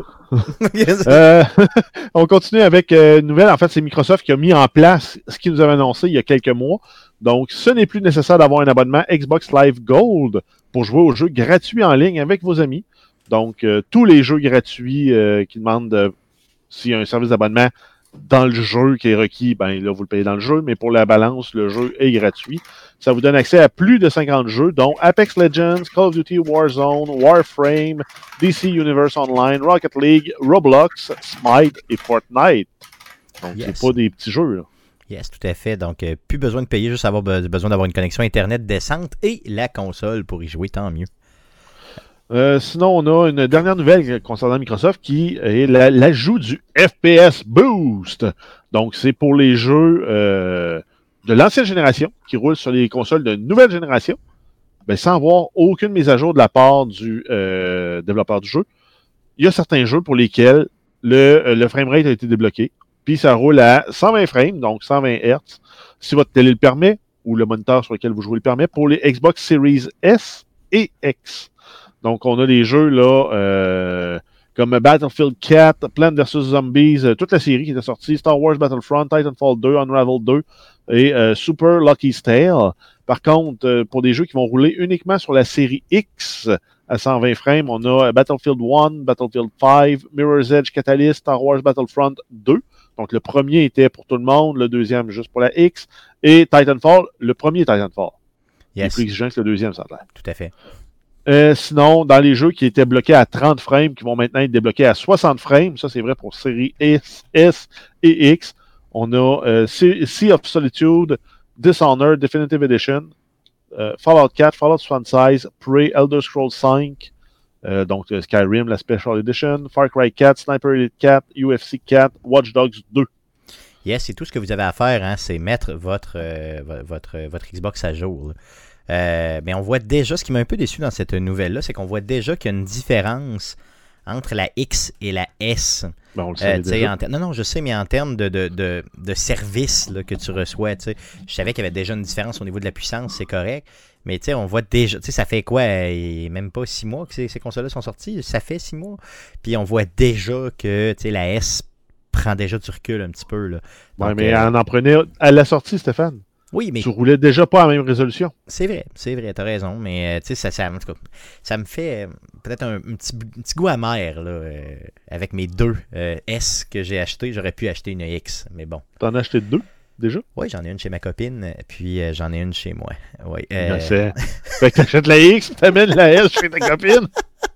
Euh, on continue avec euh, une nouvelle. En fait, c'est Microsoft qui a mis en place ce qu'ils nous avait annoncé il y a quelques mois. Donc, ce n'est plus nécessaire d'avoir un abonnement Xbox Live Gold pour jouer aux jeux gratuits en ligne avec vos amis. Donc, euh, tous les jeux gratuits euh, qui demandent euh, s'il y a un service d'abonnement dans le jeu qui est requis, ben là, vous le payez dans le jeu, mais pour la balance, le jeu est gratuit. Ça vous donne accès à plus de cinquante jeux, dont Apex Legends, Call of Duty Warzone, Warframe, D C Universe Online, Rocket League, Roblox, Smite et Fortnite. Donc, Yes. c'est pas des petits jeux, là. Yes, tout à fait. Donc, euh, plus besoin de payer, juste avoir be- besoin d'avoir une connexion Internet décente et la console pour y jouer, tant mieux. Euh, sinon, on a une dernière nouvelle concernant Microsoft qui est la- l'ajout du F P S Boost. Donc, c'est pour les jeux euh, de l'ancienne génération qui roulent sur les consoles de nouvelle génération, ben, sans avoir aucune mise à jour de la part du euh, développeur du jeu. Il y a certains jeux pour lesquels le, le framerate a été débloqué, puis ça roule à cent vingt frames, donc cent vingt hertz, si votre télé le permet, ou le moniteur sur lequel vous jouez le permet, pour les Xbox Series S et X. Donc, on a des jeux là euh, comme Battlefield quatre, Plants versus. Zombies, euh, toute la série qui était sortie, Star Wars Battlefront, Titanfall deux, Unravel deux et euh, Super Lucky's Tale. Par contre, euh, pour des jeux qui vont rouler uniquement sur la série X à cent vingt frames, on a Battlefield un, Battlefield cinq, Mirror's Edge Catalyst, Star Wars Battlefront deux. Donc, le premier était pour tout le monde, le deuxième juste pour la X. Et Titanfall, le premier Titanfall. Il est Yes, plus exigeant que le deuxième, ça a l'air. tout à fait. Euh, sinon, dans les jeux qui étaient bloqués à trente frames, qui vont maintenant être débloqués à soixante frames, ça c'est vrai pour série S, S et X, on a euh, Sea of Solitude, Dishonored Definitive Edition, euh, Fallout quatre, Fallout soixante-seize, Prey, Elder Scrolls cinq, euh, donc euh, Skyrim, la Special Edition, Far Cry quatre, Sniper Elite quatre, U F C quatre, Watch Dogs deux. Yes, c'est tout ce que vous avez à faire, hein, c'est mettre votre, euh, vo- votre, votre Xbox à jour. Là. Euh, mais on voit déjà, ce qui m'a un peu déçu dans cette nouvelle-là, c'est qu'on voit déjà qu'il y a une différence entre la X et la S. Ben, on le Euh, savait tu sais, déjà. en ter- non, non, je sais, mais en termes de, de, de, de service là, que tu reçois, tu sais, je savais qu'il y avait déjà une différence au niveau de la puissance, c'est correct. Mais tu sais, on voit déjà, tu sais, ça fait quoi, euh, même pas six mois que ces, ces consoles-là sont sorties, ça fait six mois. Puis on voit déjà que, tu sais, la S prend déjà du recul un petit peu, là. Ouais, Donc, mais euh, on en prenait à la sortie, Stéphane. oui, mais Tu roulais déjà pas à la même résolution. c'est vrai, c'est vrai, t'as raison, mais euh, tu sais, ça, ça, en tout cas, ça me fait euh, peut-être un, un petit, un petit goût amer, là, euh, avec mes deux euh, S que j'ai achetés. J'aurais pu acheter une X, mais bon. T'en as acheté deux, déjà? Oui, j'en ai une chez ma copine, puis euh, j'en ai une chez moi. Ouais, euh, Je sais. Fait que t'achètes la X, puis t'amènes la S chez ta copine.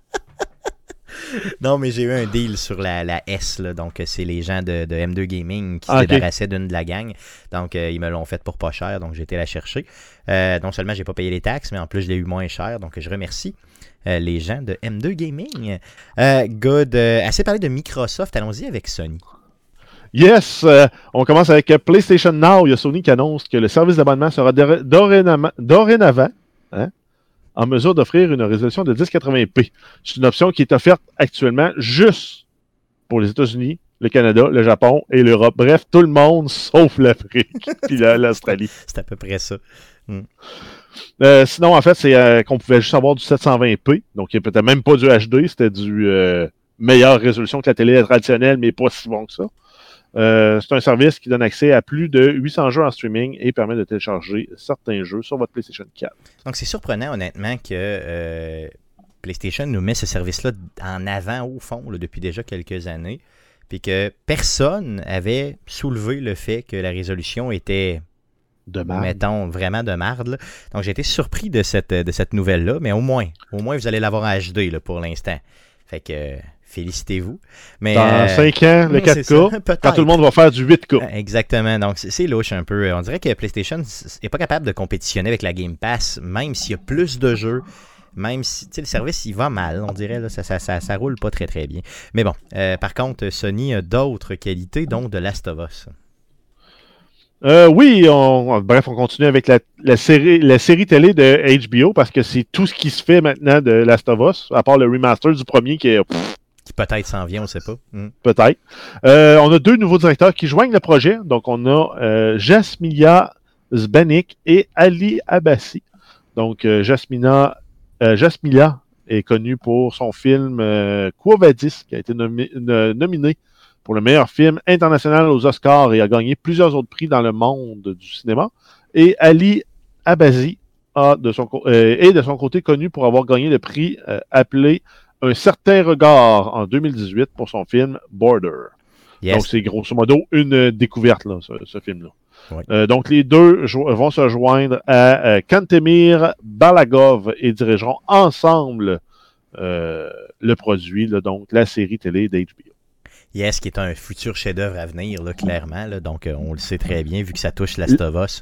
non, mais j'ai eu un deal sur la, la S, là, donc euh, c'est les gens de, de M deux Gaming qui Ah, se ok. débarrassaient d'une de la gang. Donc, euh, ils me l'ont fait pour pas cher, donc j'ai été la chercher. Euh, non seulement j'ai pas payé les taxes, mais en plus je l'ai eu moins cher, donc je remercie euh, les gens de M deux Gaming. Euh, good. Euh, assez parlé de Microsoft, allons-y avec Sony. Yes! euh, on commence avec euh, PlayStation Now. Il y a Sony qui annonce que le service d'abonnement sera dor- dorénavant, dorénavant hein, en mesure d'offrir une résolution de dix quatre-vingts p. C'est une option qui est offerte actuellement juste pour les États-Unis, le Canada, le Japon et l'Europe. Bref, tout le monde sauf l'Afrique puis la- l'Australie. C'est à peu près ça. Euh, sinon, en fait, c'est euh, qu'on pouvait juste avoir du sept cent vingt p. Donc, il n'y a peut-être même pas du H D. C'était du euh, meilleure résolution que la télé traditionnelle, mais pas si bon que ça. Euh, c'est un service qui donne accès à plus de huit cents jeux en streaming et permet de télécharger certains jeux sur votre PlayStation quatre. Donc, c'est surprenant, honnêtement, que euh, PlayStation nous met ce service-là en avant, au fond, là, depuis déjà quelques années, puis que personne avait soulevé le fait que la résolution était, De marde. mettons, vraiment de marde. Là. Donc, j'ai été surpris de cette, de cette nouvelle-là, mais au moins, au moins, vous allez l'avoir en H D là, pour l'instant. Fait que, euh, félicitez-vous. Mais, Dans euh, cinq ans, le c'est quatre K, ça, quand peut-être. tout le monde va faire du huit K. Exactement. Donc, c'est c'est louche un peu. On dirait que PlayStation n'est pas capable de compétitionner avec la Game Pass, même s'il y a plus de jeux, même si le service il va mal, on dirait, là, ça, ça, ça, ça roule pas très très bien. Mais bon, euh, par contre, Sony a d'autres qualités, dont de Last of Us. Euh, oui, on, bref, on continue avec la, la, série, la série télé de H B O parce que c'est tout ce qui se fait maintenant de Last of Us, à part le remaster du premier qui est... Pff, qui peut-être s'en vient, on ne sait pas. Mm. Peut-être. Euh, on a deux nouveaux directeurs qui joignent le projet. Donc, on a euh, Jasmina Zbanik et Ali Abbasi. Donc, euh, Jasmina, euh, Jasmila est connue pour son film euh, Quo Vadis, qui a été nomi- n- nominé pour le meilleur film international aux Oscars et a gagné plusieurs autres prix dans le monde du cinéma. Et Ali Abbasi a de son, euh, est de son côté connu pour avoir gagné le prix euh, appelé Un certain regard en deux mille dix-huit pour son film Border. Yes. Donc, c'est grosso modo une découverte, là, ce, ce film-là. Oui. Euh, donc, les deux jo- vont se joindre à euh, Kantemir Balagov et dirigeront ensemble euh, le produit, là, donc la série télé d'H B O. Yes, qui est un futur chef-d'œuvre à venir, là, clairement. Là, donc, euh, on le sait très bien, vu que ça touche Last of Us.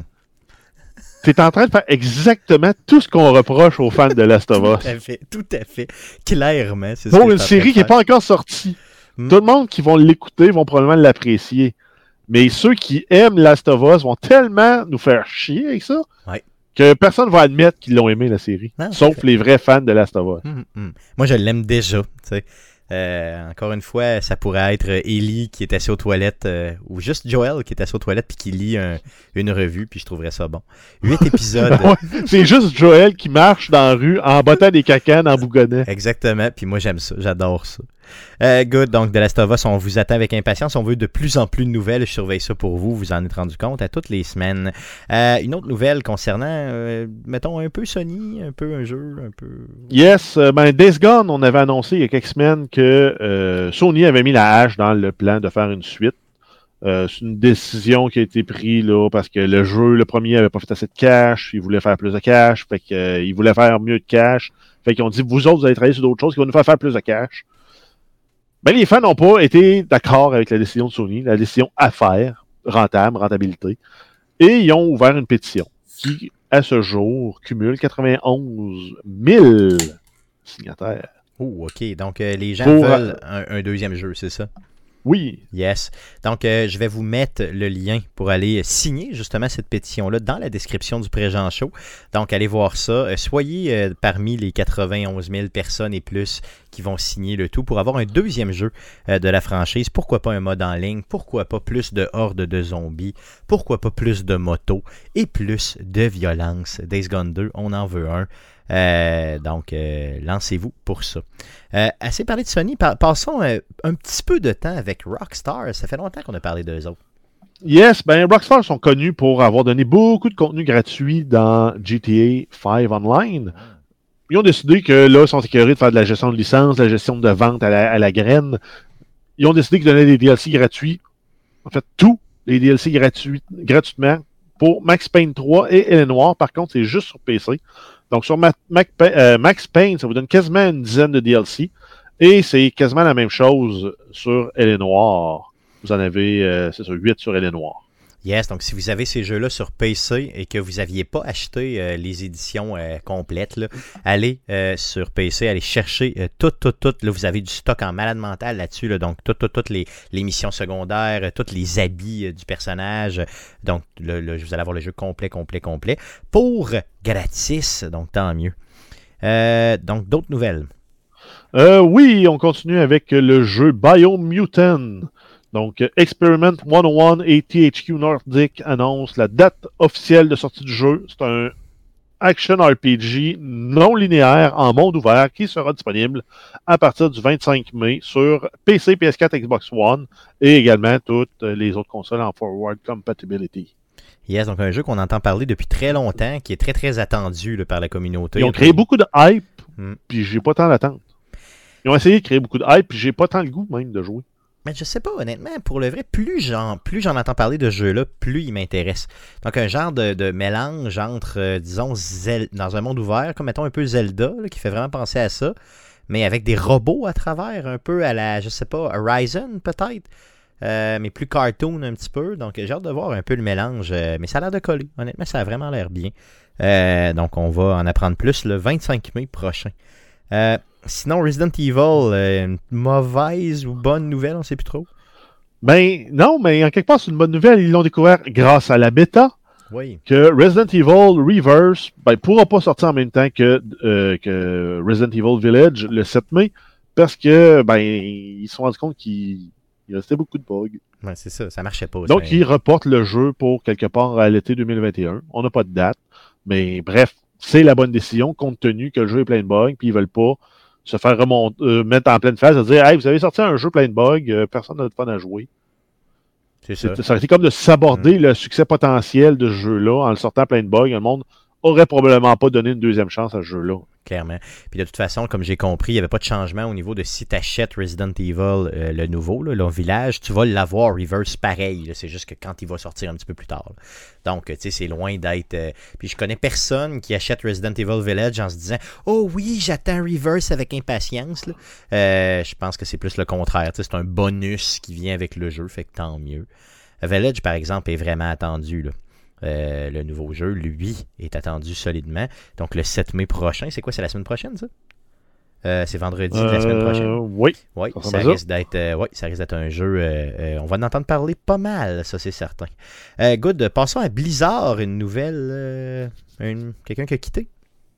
Tu es en train de faire exactement tout ce qu'on reproche aux fans de Last of Us. Tout à fait, tout à fait. Clairement, c'est Pour ce que une série qui n'est pas encore sortie. Hmm. Tout le monde qui va l'écouter vont probablement l'apprécier. Mais ceux qui aiment Last of Us vont tellement nous faire chier avec ça ouais. que personne ne va admettre qu'ils l'ont aimé, la série. Non, sauf les vrais fans de Last of Us. Hum, hum. Moi, je l'aime déjà, tu sais. Euh, encore une fois, ça pourrait être Ellie qui est assis aux toilettes euh, ou juste Joel qui est assis aux toilettes puis qui lit un, une revue, puis je trouverais ça bon. Huit épisodes. ouais, c'est juste Joel qui marche dans la rue en bottant des cacanes en bougonnais. Exactement, puis moi j'aime ça, j'adore ça. Euh, good, donc The Last of Us, on vous attend avec impatience. On veut de plus en plus de nouvelles. Je surveille ça pour vous, vous en êtes rendu compte à toutes les semaines. Euh, une autre nouvelle concernant, euh, mettons, un peu Sony, un peu un jeu, un peu... Yes, euh, ben Days Gone, on avait annoncé il y a quelques semaines que euh, Sony avait mis la hache dans le plan de faire une suite. Euh, c'est une décision qui a été prise là, parce que le jeu, le premier, n'avait pas fait assez de cash. Il voulait faire plus de cash. Fait que, euh, il voulait faire mieux de cash. Fait qu'ils ont dit, vous autres, vous allez travailler sur d'autres choses qui vont nous faire faire plus de cash. Ben, les fans n'ont pas été d'accord avec la décision de Sony, la décision à faire, rentable, rentabilité. Et ils ont ouvert une pétition qui, à ce jour, cumule quatre-vingt-onze mille signataires. Oh, OK. Donc, euh, les gens Pour, veulent un, un deuxième jeu, c'est ça? Oui. Yes. Donc, euh, je vais vous mettre le lien pour aller signer justement cette pétition-là dans la description du Pré-Jean Show. Donc, allez voir ça. Euh, soyez euh, parmi les quatre-vingt-onze mille personnes et plus qui vont signer le tout pour avoir un deuxième jeu euh, de la franchise. Pourquoi pas un mode en ligne? Pourquoi pas plus de hordes de zombies? Pourquoi pas plus de motos? Et plus de violence? Days Gone deux, on en veut un. Euh, donc, euh, lancez-vous pour ça. Euh, assez parlé de Sony, pa- passons euh, un petit peu de temps avec Rockstar. Ça fait longtemps qu'on a parlé d'eux autres. Yes, ben Rockstar sont connus pour avoir donné beaucoup de contenu gratuit dans G T A cinq Online. Ils ont décidé que là, ils sont écœurés de faire de la gestion de licence, de la gestion de vente à la, à la graine. Ils ont décidé qu'ils donnaient des D L C gratuits. En fait, tous les D L C gratuits, gratuitement pour Max Payne trois et Eleanor. Par contre, c'est juste sur P C. Donc, sur Mac, Mac, euh, Max Payne, ça vous donne quasiment une dizaine de D L C. Et c'est quasiment la même chose sur Eleanor. Vous en avez, euh, c'est ça, huit sur Eleanor. Yes, donc si vous avez ces jeux-là sur P C et que vous n'aviez pas acheté euh, les éditions euh, complètes, là, allez euh, sur P C, allez chercher euh, tout, tout, tout. Là, vous avez du stock en malade mental là-dessus. Là, donc, toutes tout, tout les, les missions secondaires, euh, tous les habits euh, du personnage. Donc, là, là, vous allez avoir le jeu complet, complet, complet. Pour gratis, donc tant mieux. Euh, donc, d'autres nouvelles. Euh, oui, on continue avec le jeu Biomutant. Donc, Experiment cent un et T H Q Nordic annoncent la date officielle de sortie du jeu. C'est un action R P G non linéaire en monde ouvert qui sera disponible à partir du vingt-cinq mai sur P C, P S quatre, Xbox One et également toutes les autres consoles en Forward Compatibility. Yes, donc un jeu qu'on entend parler depuis très longtemps, qui est très très attendu là, par la communauté. Ils ont créé beaucoup de hype, hmm. puis j'ai pas tant d'attente. Ils ont essayé de créer beaucoup de hype, puis j'ai pas tant le goût même de jouer. Mais je sais pas, honnêtement, pour le vrai, plus j'en, plus j'en entends parler de ce jeu-là, plus il m'intéresse. Donc un genre de, de mélange entre, euh, disons, Zel- dans un monde ouvert, comme mettons un peu Zelda, là, qui fait vraiment penser à ça, mais avec des robots à travers, un peu à la, je sais pas, Horizon peut-être. euh, mais plus cartoon un petit peu. Donc, j'ai hâte de voir un peu le mélange. Euh, mais ça a l'air de coller. Honnêtement, ça a vraiment l'air bien. Euh, donc, on va en apprendre plus le vingt-cinq mai prochain. Euh, sinon, Resident Evil, euh, une mauvaise ou bonne nouvelle, on ne sait plus trop. Ben non, mais en quelque part, c'est une bonne nouvelle. Ils l'ont découvert grâce à la bêta. Oui. Que Resident Evil Reverse ne ben, pourra pas sortir en même temps que, euh, que Resident Evil Village le sept mai parce que ben ils se sont rendus compte qu'il il restait beaucoup de bugs. Ouais, c'est ça, ça marchait pas. Donc, ça... ils reportent le jeu pour quelque part à l'été deux mille vingt et un. On n'a pas de date, mais bref, c'est la bonne décision compte tenu que le jeu est plein de bugs puis ils veulent pas se faire remonter, euh, mettre en pleine phase et dire « Hey, vous avez sorti un jeu plein de bugs, euh, personne n'a de fun à jouer. » C'est ça. Ça aurait été comme de saborder mmh. le succès potentiel de ce jeu-là en le sortant plein de bugs. Le monde aurait probablement pas donné une deuxième chance à ce jeu-là. Clairement. Puis de toute façon, comme j'ai compris, il n'y avait pas de changement au niveau de si tu achètes Resident Evil, euh, le nouveau, là, le village, tu vas l'avoir reverse pareil. Là. C'est juste que quand il va sortir un petit peu plus tard. Là. Donc, tu sais, c'est loin d'être... Euh... Puis je connais personne qui achète Resident Evil Village en se disant « Oh oui, j'attends reverse avec impatience. » euh, Je pense que c'est plus le contraire. C'est un bonus qui vient avec le jeu, fait que tant mieux. Village, par exemple, est vraiment attendu, là. Euh, le nouveau jeu, lui, est attendu solidement. Donc, le sept mai prochain, c'est quoi? C'est la semaine prochaine, ça? Euh, c'est vendredi de la semaine prochaine. Euh, oui. Oui, ça, ça, risque d'être, euh, oui, ça risque d'être un jeu... Euh, euh, on va en entendre parler pas mal, ça, c'est certain. Euh, good, passons à Blizzard, une nouvelle... Euh, une, quelqu'un qui a quitté?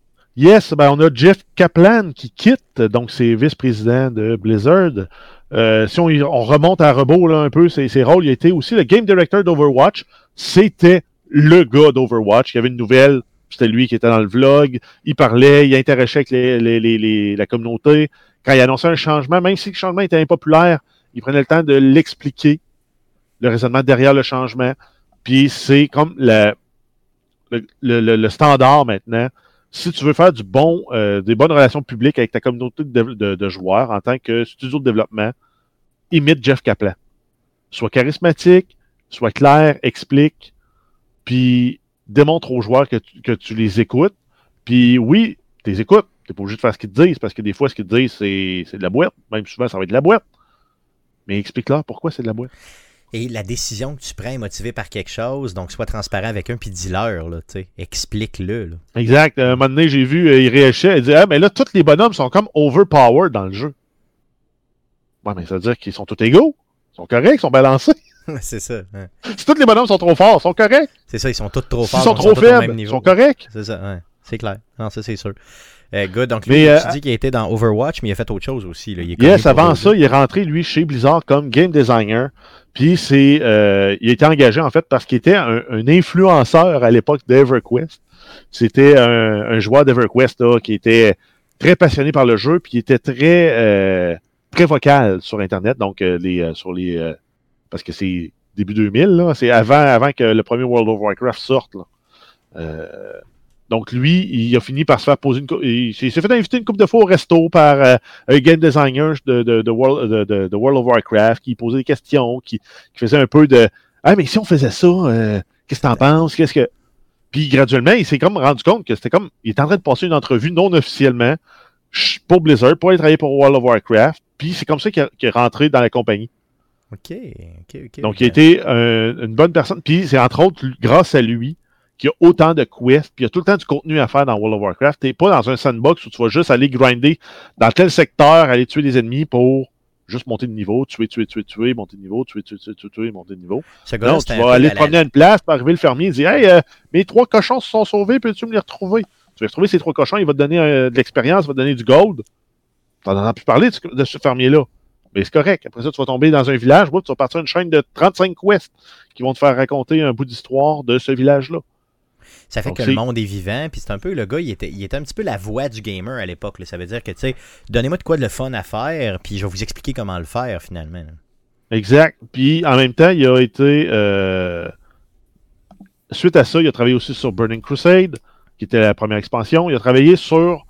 Yes, ben on a Jeff Kaplan qui quitte, donc c'est vice-président de Blizzard. Euh, si on, on remonte à rebours là, un peu ses, ses rôles, il a été aussi le game director d'Overwatch. C'était le gars d'Overwatch. Il y avait une nouvelle, c'était lui qui était dans le vlog. Il parlait, il interagissait avec les, les, les, les, la communauté. Quand il annonçait un changement, même si le changement était impopulaire, il prenait le temps de l'expliquer, le raisonnement derrière le changement. Puis c'est comme la, le, le, le standard maintenant. Si tu veux faire du bon, euh, des bonnes relations publiques avec ta communauté de, de, de joueurs en tant que studio de développement, imite Jeff Kaplan. Sois charismatique, sois clair, explique, puis démontre aux joueurs que tu, que tu les écoutes. Puis oui, tu les écoutes. Tu n'es pas obligé de faire ce qu'ils te disent, parce que des fois, ce qu'ils te disent, c'est, c'est de la boîte. Même souvent, ça va être de la boîte. Mais explique-leur pourquoi c'est de la boîte. Et la décision que tu prends est motivée par quelque chose, donc sois transparent avec eux puis dis-leur, là, tu sais, explique-le. Là. Exact. Un moment donné, j'ai vu, euh, il réagissait, il disait « Ah, mais là, tous les bonhommes sont comme overpowered dans le jeu. » Ouais, mais ça veut dire qu'ils sont tous égaux, ils sont corrects, ils sont balancés. C'est ça. Hein. Si tous les bonhommes sont trop forts, ils sont corrects. C'est ça, ils sont tous trop forts. S'ils sont trop faibles, ils sont corrects. C'est ça, ouais. C'est clair. Non, ça, c'est sûr. Euh, good. Donc, lui, mais, euh, tu dis qu'il a été dans Overwatch, mais il a fait autre chose aussi. Là. Il est yes, avant ça, il est rentré, lui, chez Blizzard comme game designer. Puis, c'est, euh, il a été engagé, en fait, parce qu'il était un, un influenceur à l'époque d'EverQuest. C'était un, un joueur d'EverQuest là, qui était très passionné par le jeu, puis qui était très, euh, très vocal sur Internet. Donc, euh, les, euh, sur les... Euh, parce que c'est début deux mille, là. C'est avant, avant que le premier World of Warcraft sorte, là. Euh, Donc, lui, il a fini par se faire poser une coupe. Il, il s'est fait inviter une couple de fois au resto par euh, un game designer de, de, de, World, de, de, de World of Warcraft qui posait des questions, qui, qui faisait un peu de « Ah, mais si on faisait ça, euh, qu'est-ce que t'en penses? Qu'est-ce que... » Puis, graduellement, il s'est comme rendu compte que c'était comme... Il est en train de passer une entrevue non officiellement pour Blizzard, pour aller travailler pour World of Warcraft. Puis, c'est comme ça qu'il, a, qu'il est rentré dans la compagnie. OK, OK, OK. Donc, okay. Il a été un, une bonne personne. Puis, c'est entre autres grâce à lui qu'il y a autant de quests, puis il y a tout le temps du contenu à faire dans World of Warcraft. T'es pas dans un sandbox où tu vas juste aller grinder dans tel secteur, aller tuer des ennemis pour juste monter de niveau, tuer, tuer, tuer, tuer, monter de niveau, tuer, tuer, tuer, tuer, tuer monter de niveau. Non, tu vas aller te promener à une place, puis arriver le fermier et dire « Hey, euh, mes trois cochons se sont sauvés, peux-tu me les retrouver? » Tu vas retrouver ces trois cochons, il va te donner euh, de l'expérience, il va te donner du gold. Tu n'en as plus parlé de, de ce fermier-là. Mais c'est correct. Après ça, tu vas tomber dans un village, tu vas partir une chaîne de trente-cinq quests qui vont te faire raconter un bout d'histoire de ce village-là. Ça fait Donc, que c'est... le monde est vivant, puis c'est un peu, le gars, il était, il était un petit peu la voix du gamer à l'époque. Là. Ça veut dire que, tu sais, donnez-moi de quoi de le fun à faire, puis je vais vous expliquer comment le faire, finalement. Là. Exact. Puis, en même temps, il a été... Euh... Suite à ça, il a travaillé aussi sur Burning Crusade, qui était la première expansion. Il a travaillé sur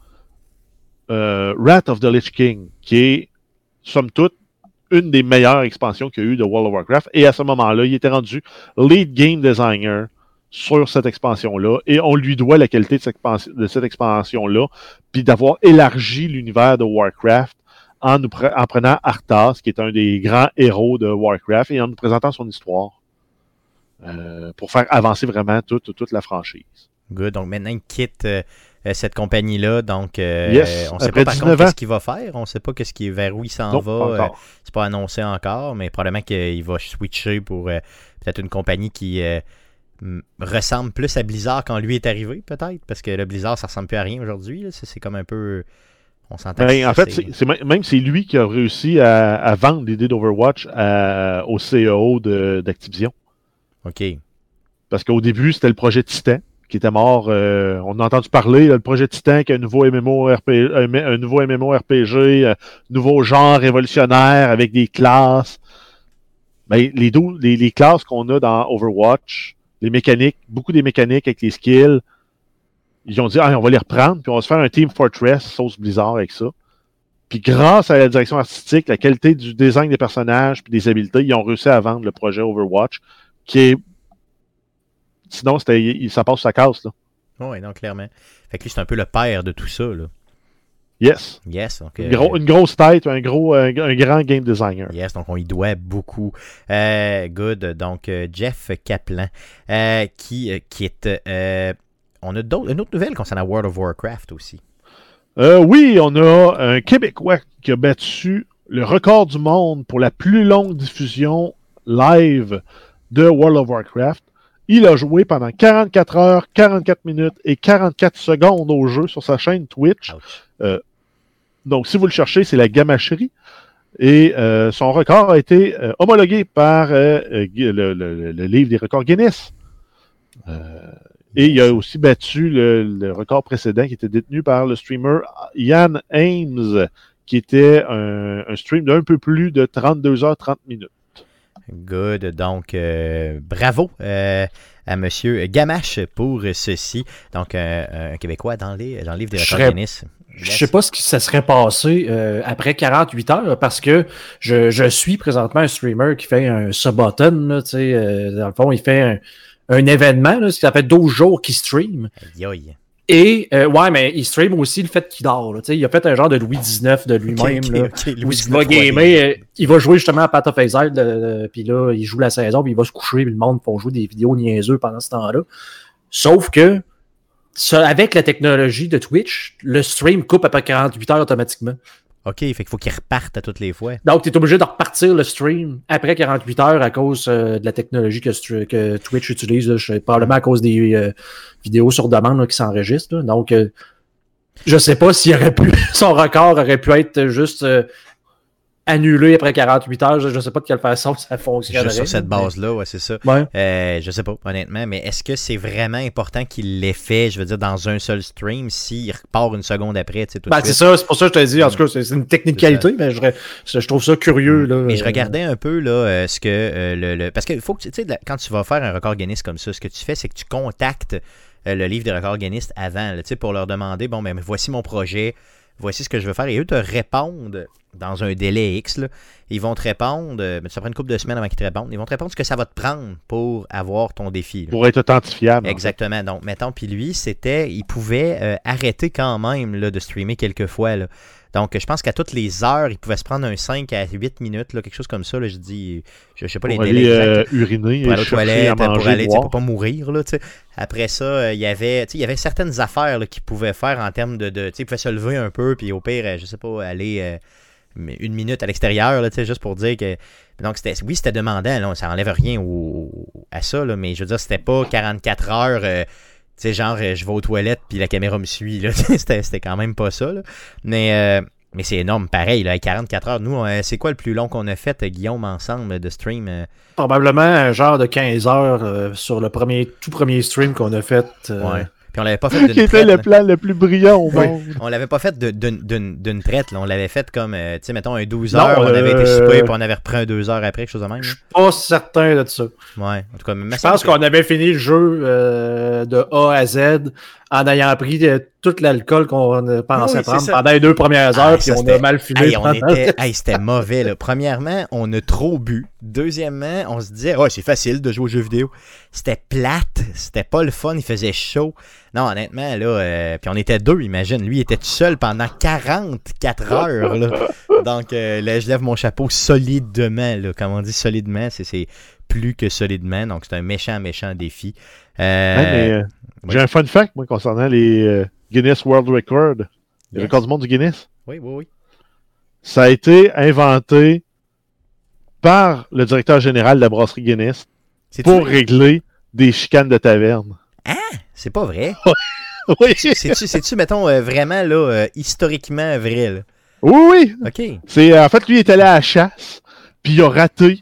euh, Wrath of the Lich King, qui est, somme toute, une des meilleures expansions qu'il y a eu de World of Warcraft. Et à ce moment-là, il était rendu lead game designer sur cette expansion-là, et on lui doit la qualité de cette, expansion, de cette expansion-là, puis d'avoir élargi l'univers de Warcraft en, nous pre- en prenant Arthas, qui est un des grands héros de Warcraft, et en nous présentant son histoire euh, pour faire avancer vraiment toute, toute la franchise. Good. Donc maintenant, il quitte euh, cette compagnie-là. Donc, euh, Yes. on ne sait Après pas par dix-neuf contre ans. qu'est-ce qu'il va faire. On ne sait pas qu'est-ce qui, vers où il s'en Non, va. pas Euh, encore. c'est pas annoncé encore, mais probablement qu'il va switcher pour euh, peut-être une compagnie qui euh, m- ressemble plus à Blizzard quand lui est arrivé, peut-être. Parce que le Blizzard, ça ressemble plus à rien aujourd'hui. là. C'est, c'est comme un peu... On s'entend Ben, que en ça, fait, c'est- c'est, c'est même même c'est lui qui a réussi à, à vendre l'idée d'Overwatch à- au C E O de, d'Activision. OK. Parce qu'au début, c'était le projet Titan qui était mort. Euh, on a entendu parler, là, le projet Titan qui a un nouveau M M O R P G, un, un nouveau M M O R P G, un nouveau genre révolutionnaire avec des classes. Ben, les, dou- les, les classes qu'on a dans Overwatch, les mécaniques, beaucoup des mécaniques avec les skills, ils ont dit, ah, on va les reprendre, puis on va se faire un Team Fortress sauce Blizzard avec ça. Puis grâce à la direction artistique, la qualité du design des personnages puis des habiletés, ils ont réussi à vendre le projet Overwatch, qui est... Sinon, c'était, il- ça passe sa casse, là. Oui, non, clairement. Fait que lui, c'est un peu le père de tout ça. Là. Yes. Yes. Donc, Une, euh, gros- une grosse tête, un gros, un, un grand game designer. Yes, donc on y doit beaucoup. Euh, good. Donc, euh, Jeff Kaplan, euh, qui euh, quitte. Euh, on a d'autres, une autre nouvelle concernant World of Warcraft aussi. Euh, oui, on a un Québécois qui a battu le record du monde pour la plus longue diffusion live de World of Warcraft. Il a joué pendant quarante-quatre heures, quarante-quatre minutes et quarante-quatre secondes au jeu sur sa chaîne Twitch. Euh, donc, si vous le cherchez, c'est la Gamacherie. Et euh, son record a été euh, homologué par euh, euh, le, le, le livre des records Guinness. Euh, et il a aussi battu le, le record précédent qui était détenu par le streamer Ian Ames, qui était un, un stream d'un peu plus de trente-deux heures trente minutes. Good. Donc, euh, bravo euh, à M. Gamache pour ceci. Donc, euh, un Québécois dans, les, dans le livre des Je records serais- Guinness. Je sais pas ce qui ça serait passé euh, après quarante-huit heures parce que je, je suis présentement un streamer qui fait un subbutton, là, tu sais, euh, dans le fond, il fait un, un événement, là, ça fait douze jours qu'il stream. Aïe, aïe. Et, euh, ouais, mais il stream aussi le fait qu'il dort, là, tu sais, il a fait un genre de Louis dix-neuf de lui-même, Ok, ok, là, ok, où Louis il va dix-neuf gamer, euh, il va jouer justement à Path of Exile, euh, puis là, il joue la saison, puis il va se coucher, puis le monde va jouer des vidéos niaiseux pendant ce temps-là. Sauf que, ça, avec la technologie de Twitch, le stream coupe après quarante-huit heures automatiquement. OK, fait qu'il faut qu'il reparte à toutes les fois. Donc, tu es obligé de repartir le stream après quarante-huit heures à cause euh, de la technologie que, str- que Twitch utilise, là, je sais, probablement à cause des euh, vidéos sur demande là, qui s'enregistrent. là. Donc, euh, je sais pas s'il aurait pu, son record aurait pu être juste euh, annulé après quarante-huit heures. Je, je sais pas de quelle façon ça fonctionnerait. Juste sur cette mais- base-là, ouais, c'est ça. Ouais. Euh, je sais pas, honnêtement, mais est-ce que c'est vraiment important qu'il l'ait fait, je veux dire, dans un seul stream, s'il repart une seconde après, tu sais, tout de Ben, c'est suite? ça, c'est pour ça que je te dis, en tout cas, c'est c'est une technicalité, mais je, je trouve ça curieux. Là, Mais je euh, regardais un peu là, euh, ce que euh, le, le- parce que faut que tu sais, la- quand tu vas faire un record Guinness comme ça, ce que tu fais, c'est que tu contactes euh, le livre des records Guinness avant, là, tu sais, pour leur demander, bon, ben voici mon projet, voici ce que je veux faire, et eux te répondent dans un délai X, là. Ils vont te répondre, euh, mais ça prend une couple de semaines avant qu'ils te répondent, ils vont te répondre ce que ça va te prendre pour avoir ton défi. là. Pour être authentifiable. Exactement. Donc, mettons, puis lui, c'était, il pouvait euh, arrêter quand même là, de streamer quelques fois. Là. Donc, je pense qu'à toutes les heures, il pouvait se prendre un cinq à huit minutes, là, quelque chose comme ça. Là, je dis, je, je sais pas Pour les aller délais euh, exacts. uriner Pour et aller aux chercher toilettes, à manger, pour aller, tu sais, boire. pour pas mourir. Là, tu sais. Après ça, euh, il y avait, tu sais, il y avait certaines affaires là, qu'il pouvait faire en termes de, de tu sais, il pouvait se lever un peu, puis au pire, euh, je sais pas, aller euh, une minute à l'extérieur, là, tu sais, juste pour dire que. Donc, c'était, oui, c'était demandant, là, ça enlève rien au, à ça, là, mais je veux dire, c'était pas quarante-quatre heures. Euh, tu sais, genre, euh, je vais aux toilettes puis la caméra me suit. Là. c'était, c'était quand même pas ça. Là. Mais, euh, mais c'est énorme, pareil, là, quarante-quatre heures. Nous, on- c'est quoi le plus long qu'on a fait, Guillaume, ensemble de stream? euh? Probablement un genre de quinze heures euh, sur le premier, tout premier stream qu'on a fait. euh, Ouais. Puis on l'avait pas fait d'une Qui était traite. le là. plan le plus brillant au Oui. monde. On l'avait pas fait de- d'une, d'une, d'une traite. Là. On l'avait fait comme, euh, tu sais, mettons, un douze Non, heures. on avait été euh, souper puis on avait repris un deux heures après, quelque chose de même. Je là. suis pas certain de ça. Ouais, en tout cas, mais Je pense qu'on avait fini le jeu euh, de A à Z en ayant pris euh, tout l'alcool qu'on pensait oui, prendre ça. pendant les deux premières heures, Ah, puis ça, on c'était- a mal fumé. Hey, on pendant- était, hey, c'était mauvais. Là. Premièrement, on a trop bu. Deuxièmement, on se disait, ouais, c'est facile de jouer aux jeux vidéo. C'était plate, c'était pas le fun, il faisait chaud. Non, honnêtement, là, euh, puis on était deux, imagine. Lui, il était tout seul pendant quarante-quatre heures. Là. Donc, euh, là, je lève mon chapeau solidement. Là. Comme on dit solidement, c'est, c'est plus que solidement. Donc, c'est un méchant, méchant défi. Euh, Ouais, mais, euh, oui. J'ai un fun fact, moi, concernant les euh, Guinness World Record. Les Yes. records du monde du Guinness. Oui, oui, oui. Ça a été inventé par le directeur général de la brasserie Guinness C'est pour régler des chicanes de taverne. C'est pas vrai. Oui, C'est-tu, c'est-tu mettons, euh, vraiment, là, euh, historiquement vrai, là? oui, oui. OK. C'est, euh, en fait, lui, il est allé à la chasse, puis il a raté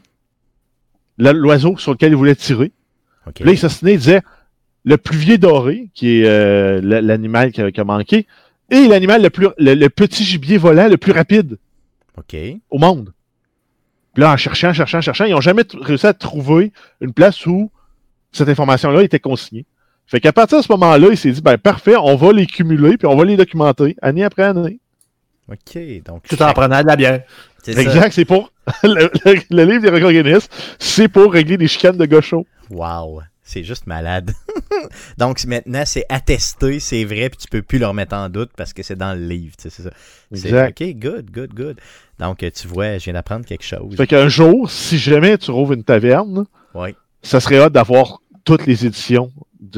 la- l'oiseau sur lequel il voulait tirer. OK. Puis là, il s'assinait, il disait le pluvier doré, qui est euh, l- l'animal qui a, qui a manqué, et l'animal le plus le, le petit gibier volant le plus rapide OK. au monde. Puis là, en cherchant, cherchant, cherchant, ils n'ont jamais t- réussi à trouver une place où cette information-là était consignée. Fait qu'à partir de ce moment-là, il s'est dit, ben parfait, on va les cumuler, puis on va les documenter, année après année. OK. Donc, Tout en prenant de la bière. c'est ça. Exact, c'est pour... le, le- le livre des records Guinness, c'est pour régler des chicanes de gauchos. Wow. C'est juste malade. Donc, maintenant, c'est attesté, c'est vrai, puis tu peux plus le remettre en doute parce que c'est dans le livre. Tu sais, c'est ça. C'est- Exact. OK, good, good, good. Donc, euh, tu vois, je viens d'apprendre quelque chose. Fait qu'un jour, si jamais tu rouvres une taverne, Oui. ça serait hâte d'avoir toutes les éditions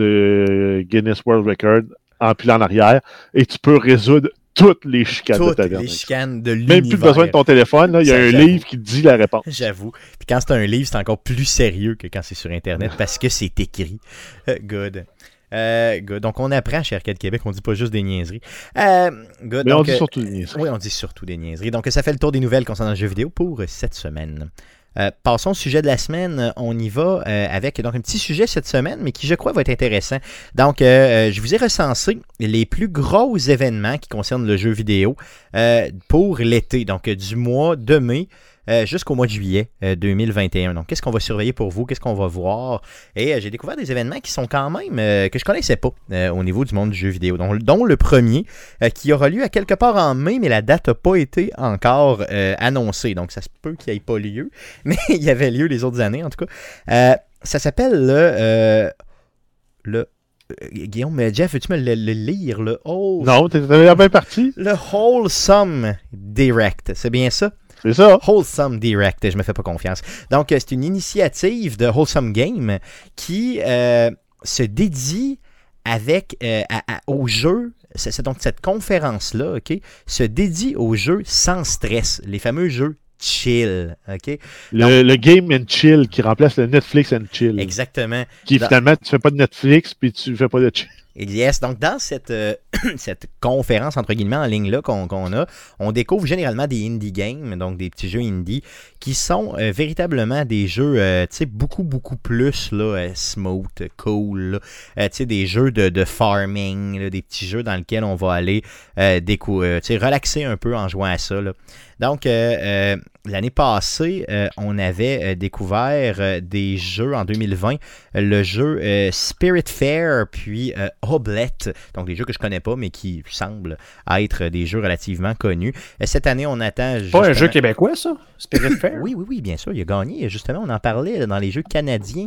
de Guinness World Record empilées en arrière et tu peux résoudre toutes les chicanes de Toutes taverne. les chicanes de l'univers. Même plus besoin de ton téléphone, là, il y a Ça, un j'avoue. livre qui te dit la réponse. J'avoue. Puis quand c'est un livre, c'est encore plus sérieux que quand c'est sur Internet parce que c'est écrit. Euh, good. Euh, good. Donc, on apprend chez Arcade Québec, on dit pas juste des niaiseries. Euh, good. Mais on Donc, dit euh, surtout des niaiseries. Oui, on dit surtout des niaiseries. Donc, ça fait le tour des nouvelles concernant le jeu vidéo pour cette semaine. Euh, passons au sujet de la semaine. On y va euh, avec donc un petit sujet cette semaine, mais qui, je crois, va être intéressant. Donc, euh, je vous ai recensé les plus gros événements qui concernent le jeu vidéo euh, pour l'été, donc euh, du mois de mai euh, jusqu'au mois de juillet euh, deux mille vingt et un. Donc, qu'est-ce qu'on va surveiller pour vous? Qu'est-ce qu'on va voir? Et euh, j'ai découvert des événements qui sont quand même euh, que je connaissais pas euh, au niveau du monde du jeu vidéo. Donc, dont le premier euh, qui aura lieu à quelque part en mai, mais la date n'a pas été encore euh, annoncée. Donc, ça se peut qu'il n'y ait pas lieu, mais il y avait lieu les autres années, en tout cas. Euh, ça s'appelle le... euh, le euh, Guillaume, Jeff, veux-tu me le, le lire? Le Whole- Non, t'es t'es bien parti. le Wholesome Direct, c'est bien ça? C'est ça. Wholesome Direct, je me fais pas confiance. Donc, euh, c'est une initiative de Wholesome Game qui euh, se dédie avec euh, à, à- aux jeux. C'est, c'est donc cette conférence-là, ok, se dédie aux jeux sans stress, les fameux jeux chill, ok? Le, le Game and Chill qui remplace le Netflix and Chill. Exactement. Qui Dans- finalement, tu fais pas de Netflix puis tu fais pas de chill. Yes, donc dans cette, euh, cette conférence entre guillemets en ligne là qu'on, qu'on a, on découvre généralement des indie games, donc des petits jeux indie qui sont euh, véritablement des jeux, euh, tu sais, beaucoup beaucoup plus là, euh, smooth, cool, là. Euh, tu sais, des jeux de, de farming, là, des petits jeux dans lesquels on va aller euh, décou- euh, tu sais, relaxer un peu en jouant à ça, là. Donc, euh, euh, l'année passée, euh, on avait euh, découvert euh, des jeux en deux mille vingt, euh, le jeu euh, Spirit Fair, puis euh, Hoblet, donc des jeux que je connais pas, mais qui semblent être des jeux relativement connus. Euh, cette année, on attend... Pas justement- un jeu québécois, ça? Spirit Fair? Oui, oui, oui, bien sûr, il a gagné. Justement, on en parlait dans les jeux canadiens.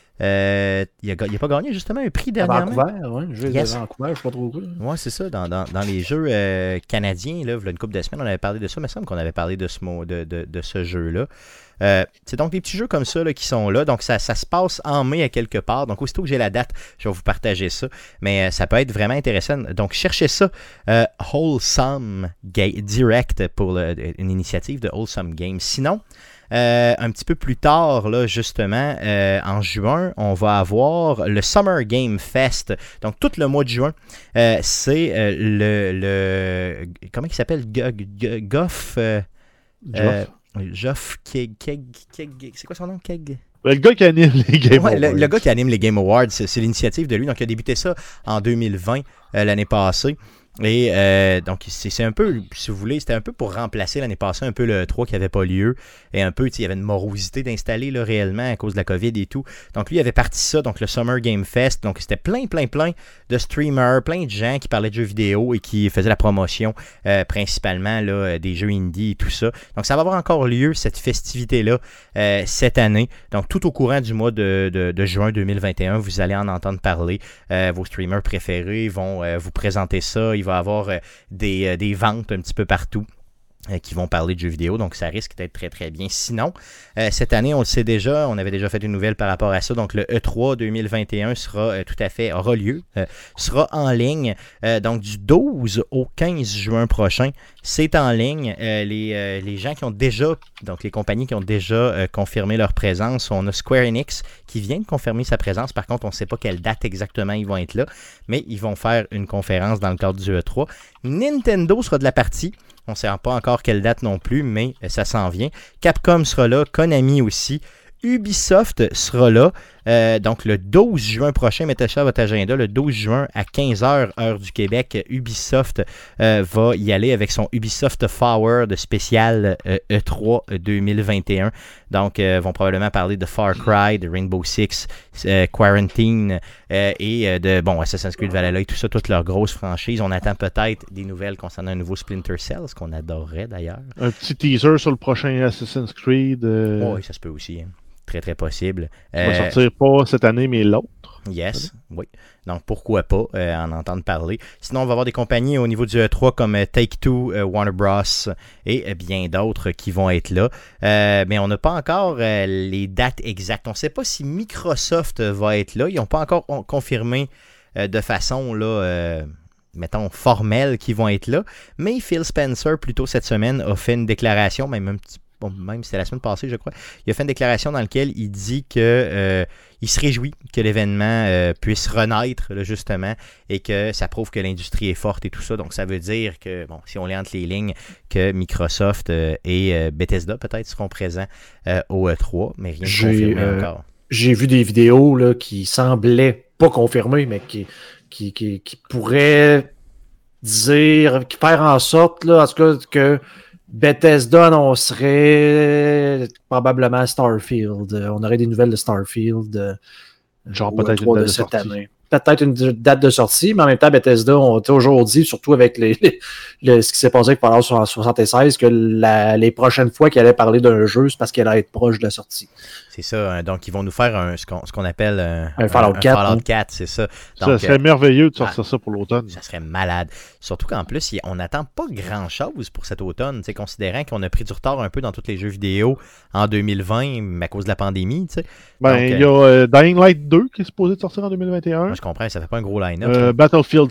Euh, il n'a pas gagné justement un prix À dernièrement. Vancouver, oui. Jeu Yes. de Vancouver, je sais pas trop quoi. Oui, c'est ça. Dans, dans, dans les jeux euh, canadiens, là, il y a une couple de semaines, on avait parlé de ça. Il me semble qu'on avait parlé de ce, mot, de, de, de ce jeu-là. Euh, c'est donc des petits jeux comme ça là, qui sont là. Donc, ça, ça se passe en mai à quelque part. Donc, aussitôt que j'ai la date, je vais vous partager ça. Mais euh, ça peut être vraiment intéressant. Donc, cherchez ça. Euh, Wholesome Ga- Direct pour le, une initiative de Wholesome Games. Sinon, Euh, un petit peu plus tard, là, justement, euh, en juin, on va avoir le Summer Game Fest. Donc, tout le mois de juin, euh, c'est euh, le, le... Comment il s'appelle? Go- Go- Goff... euh, euh, Geoff Keg... Keg... Keg... C'est quoi son nom? Keg? Le gars qui anime les Game Ouais, le, Awards. le gars qui anime les Game Awards, c'est, c'est l'initiative de lui. Donc, il a débuté ça en deux mille vingt, euh, l'année passée. Et euh, donc, c'est, c'est un peu, si vous voulez, c'était un peu pour remplacer l'année passée un peu le E trois qui n'avait pas lieu. Et un peu, il y avait une morosité d'installer là, réellement à cause de la COVID et tout. Donc, lui, il avait parti ça, donc le Summer Game Fest. Donc, c'était plein, plein, plein de streamers, plein de gens qui parlaient de jeux vidéo et qui faisaient la promotion euh, principalement là, des jeux indie et tout ça. Donc, ça va avoir encore lieu, cette festivité-là, euh, cette année. Donc, tout au courant du mois de, de, de juin deux mille vingt et un, vous allez en entendre parler. Euh, vos streamers préférés vont euh, vous présenter ça. Il va y avoir euh, des, euh, des ventes un petit peu partout euh, qui vont parler de jeux vidéo, donc ça risque d'être très très bien. Sinon, euh, cette année, on le sait déjà, on avait déjà fait une nouvelle par rapport à ça, donc le E trois deux mille vingt et un sera euh, tout à fait, aura lieu, euh, sera en ligne, euh, donc du douze au quinze juin prochain, c'est en ligne. Euh, les, euh, les gens qui ont déjà, donc les compagnies qui ont déjà euh, confirmé leur présence, on a Square Enix qui vient de confirmer sa présence, par contre on ne sait pas quelle date exactement ils vont être là, mais ils vont faire une conférence dans le cadre du E trois. Nintendo sera de la partie. On ne sait pas encore quelle date non plus, mais ça s'en vient. Capcom sera là, Konami aussi. Ubisoft sera là. Euh, donc le douze juin prochain, mettez ça à votre agenda, le douze juin à quinze heures, heure du Québec, Ubisoft euh, va y aller avec son Ubisoft Forward spécial euh, E trois deux mille vingt et un. Donc, euh, vont probablement parler de Far Cry, de Rainbow Six, euh, Quarantine euh, et euh, de bon Assassin's Creed Valhalla et tout ça, toutes leurs grosses franchises. On attend peut-être des nouvelles concernant un nouveau Splinter Cell, ce qu'on adorerait d'ailleurs. Un petit teaser sur le prochain Assassin's Creed. Euh... Oui, ça se peut aussi. Hein. Très, très possible. Ça va euh, sortir pas cette année, mais l'autre. Yes, oui. Donc, pourquoi pas euh, en entendre parler. Sinon, on va avoir des compagnies au niveau du E trois comme euh, Take-Two, euh, Warner Bros. Et euh, bien d'autres qui vont être là. Euh, mais on n'a pas encore euh, les dates exactes. On ne sait pas si Microsoft va être là. Ils n'ont pas encore on, confirmé euh, de façon, là... Euh, mettons, formelle qu'ils vont être là. Mais Phil Spencer, plus tôt cette semaine, a fait une déclaration, même un petit Bon, même c'était la semaine passée, je crois. Il a fait une déclaration dans laquelle il dit que euh, il se réjouit que l'événement euh, puisse renaître, là, justement, et que ça prouve que l'industrie est forte et tout ça. Donc, ça veut dire que, bon, si on lit entre les lignes, que Microsoft euh, et euh, Bethesda, peut-être, seront présents euh, au E trois, mais rien de J'ai, confirmé euh, encore. J'ai vu des vidéos là, qui semblaient pas confirmées, mais qui, qui, qui, qui pourraient dire, qui faire en sorte, là, en tout cas, que Bethesda annoncerait probablement Starfield. On aurait des nouvelles de Starfield. Genre peut-être une date de cette sortie. année. Peut-être une date de sortie, mais en même temps, Bethesda ont toujours dit, surtout avec les, les, les, ce qui s'est passé avec Fallout soixante-seize, que la, les prochaines fois qu'ils allaient parler d'un jeu, c'est parce qu'elle allait être proche de la sortie. C'est ça. Hein, donc, ils vont nous faire un, ce, qu'on, ce qu'on appelle un, un Fallout un, quatre. Un Fallout hein. quatre, c'est ça. Donc, ça serait euh, merveilleux de sortir ah, ça pour l'automne. Ça serait malade. Surtout qu'en plus, on n'attend pas grand-chose pour cet automne, considérant qu'on a pris du retard un peu dans tous les jeux vidéo en deux mille vingt, mais à cause de la pandémie. T'sais. Ben, il y a euh, Dying Light deux qui est supposé de sortir en deux mille vingt et un. Moi, je comprends, ça fait pas un gros line-up. Euh, Battlefield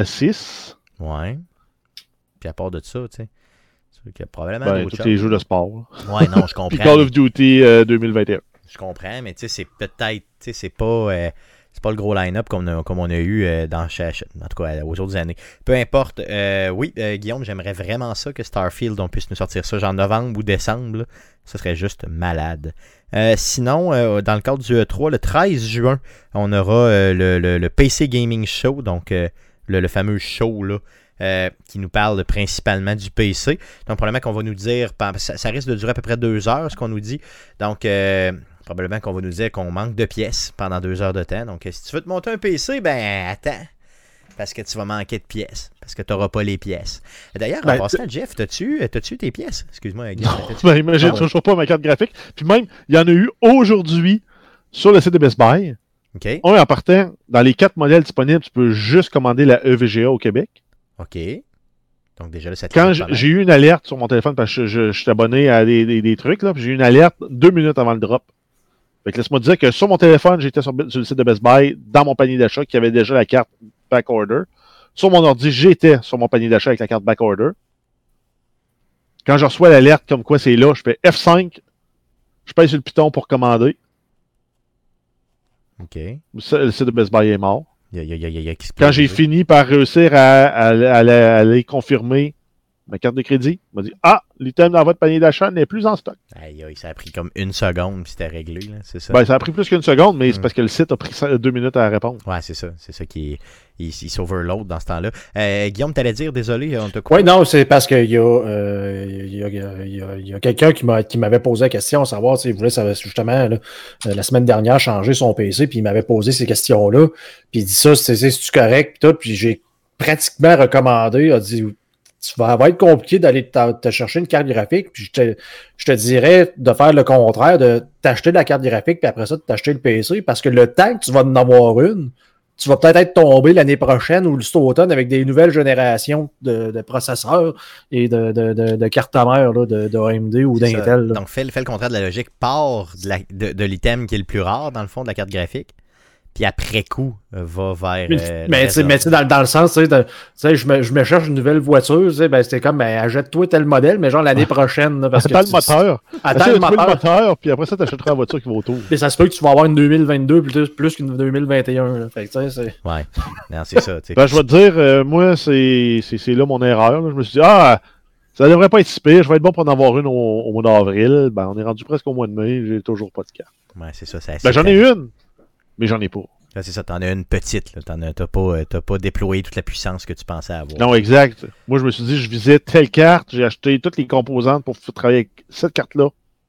six. Ouais. Puis à part de ça, tu sais. Il y a probablement Ben, d'autres tous choses. les jeux de sport. Ouais, non, je comprends. Puis Call of Duty euh, deux mille vingt et un. Je comprends, mais tu sais, c'est peut-être, tu sais, c'est pas, euh, c'est pas le gros line-up comme, on a, comme on a eu euh, dans, en tout cas, aux autres années. Peu importe. Euh, oui, euh, Guillaume, j'aimerais vraiment ça que Starfield, on puisse nous sortir ça genre novembre ou décembre. Là. Ce serait juste malade. Euh, sinon, euh, dans le cadre du E trois, le treize juin, on aura euh, le, le, le P C Gaming Show, donc euh, le, le fameux show là. Euh, qui nous parle principalement du P C. Donc, probablement qu'on va nous dire, ça, ça risque de durer à peu près deux heures, ce qu'on nous dit. Donc, euh, probablement qu'on va nous dire qu'on manque de pièces pendant deux heures de temps. Donc, si tu veux te monter un P C, ben attends, parce que tu vas manquer de pièces, parce que tu n'auras pas les pièces. D'ailleurs, ben, en passant, Jeff, t'as-tu, t'as-tu tes pièces? Excuse-moi, Guy. Ben, imagine, je ne trouve pas ma carte graphique. Puis même, il y en a eu aujourd'hui sur le site de Best Buy. OK. On est en partant, dans les quatre modèles disponibles, tu peux juste commander la E V G A au Québec. OK. Donc déjà là, ça te Quand j'ai eu une alerte sur mon téléphone, parce que je, je, je suis abonné à des, des, des trucs, là, puis j'ai eu une alerte deux minutes avant le drop. Fait que laisse-moi te dire que sur mon téléphone, j'étais sur, sur le site de Best Buy, dans mon panier d'achat, qui avait déjà la carte back order. Sur mon ordi, j'étais sur mon panier d'achat avec la carte back order. Quand je reçois l'alerte comme quoi c'est là, je fais F cinq, je pèse sur le piton pour commander. OK. Le site de Best Buy est mort. Il y a, il y a, il y a, il y a Quand j'ai fini par réussir à, à, à, à, à les confirmer ma carte de crédit m'a dit « Ah, l'item dans votre panier d'achat n'est plus en stock. » Aïe, aïe, ça a pris comme une seconde, puis c'était réglé, là, c'est ça? Ben, ça a pris plus qu'une seconde, mais Mm. c'est parce que le site a pris deux minutes à répondre. Ouais, c'est ça. C'est ça qui est... Il, il s'overload dans ce temps-là. Euh, Guillaume, t'allais dire, désolé, on t'a coupé. Oui, non, c'est parce qu'il y a, euh, il y a, il y a, il y a, il y a quelqu'un qui, m'a, qui m'avait posé la question, savoir s'il voulait ça, justement là, euh, la semaine dernière changer son P C, puis il m'avait posé ces questions-là, puis il dit ça, c'est, c'est, c'est correct, puis tout, puis j'ai pratiquement recommandé, il a dit tu vas, va être compliqué d'aller te, te chercher une carte graphique, puis je te, je te dirais de faire le contraire, de t'acheter la carte graphique, puis après ça, de t'acheter le P C, parce que le temps que tu vas en avoir une, tu vas peut-être être tombé l'année prochaine ou cet automne avec des nouvelles générations de, de processeurs et de, de, de, de cartes mères là, de, de A M D ou C'est d'Intel. ça. Là. Donc, fais, fais le contraire de la logique. Pars de, la, de, de l'item qui est le plus rare, dans le fond, de la carte graphique. Puis après coup, euh, va vers. Euh, mais tu sais, dans, dans le sens, tu sais, je me, je me cherche une nouvelle voiture, tu sais, ben, c'était comme, ben, achète-toi tel modèle, mais genre l'année prochaine. Là, parce Attends que le moteur. Attends le moteur. le moteur, puis après ça, tu achèteras la voiture qui va autour. Et ça se peut que tu vas avoir une deux mille vingt-deux plus, plus qu'une deux mille vingt et un. Là. Fait que, tu sais, c'est... Ouais, non, c'est ça. Ben, je vais te dire, euh, moi, c'est, c'est, c'est là mon erreur. Là. Je me suis dit, ah, ça devrait pas être si pire, je vais être bon pour en avoir une au, au mois d'avril. Ben, on est rendu presque au mois de mai, j'ai toujours pas de carte. Ouais, c'est ça. ça ben, j'en ai une, mais j'en ai pas. Là, c'est ça, t'en as une petite. Là. T'en as, t'as, pas, t'as pas déployé toute la puissance que tu pensais avoir. Non, exact. Moi, je me suis dit, je visais telle carte, j'ai acheté toutes les composantes pour travailler avec cette carte-là.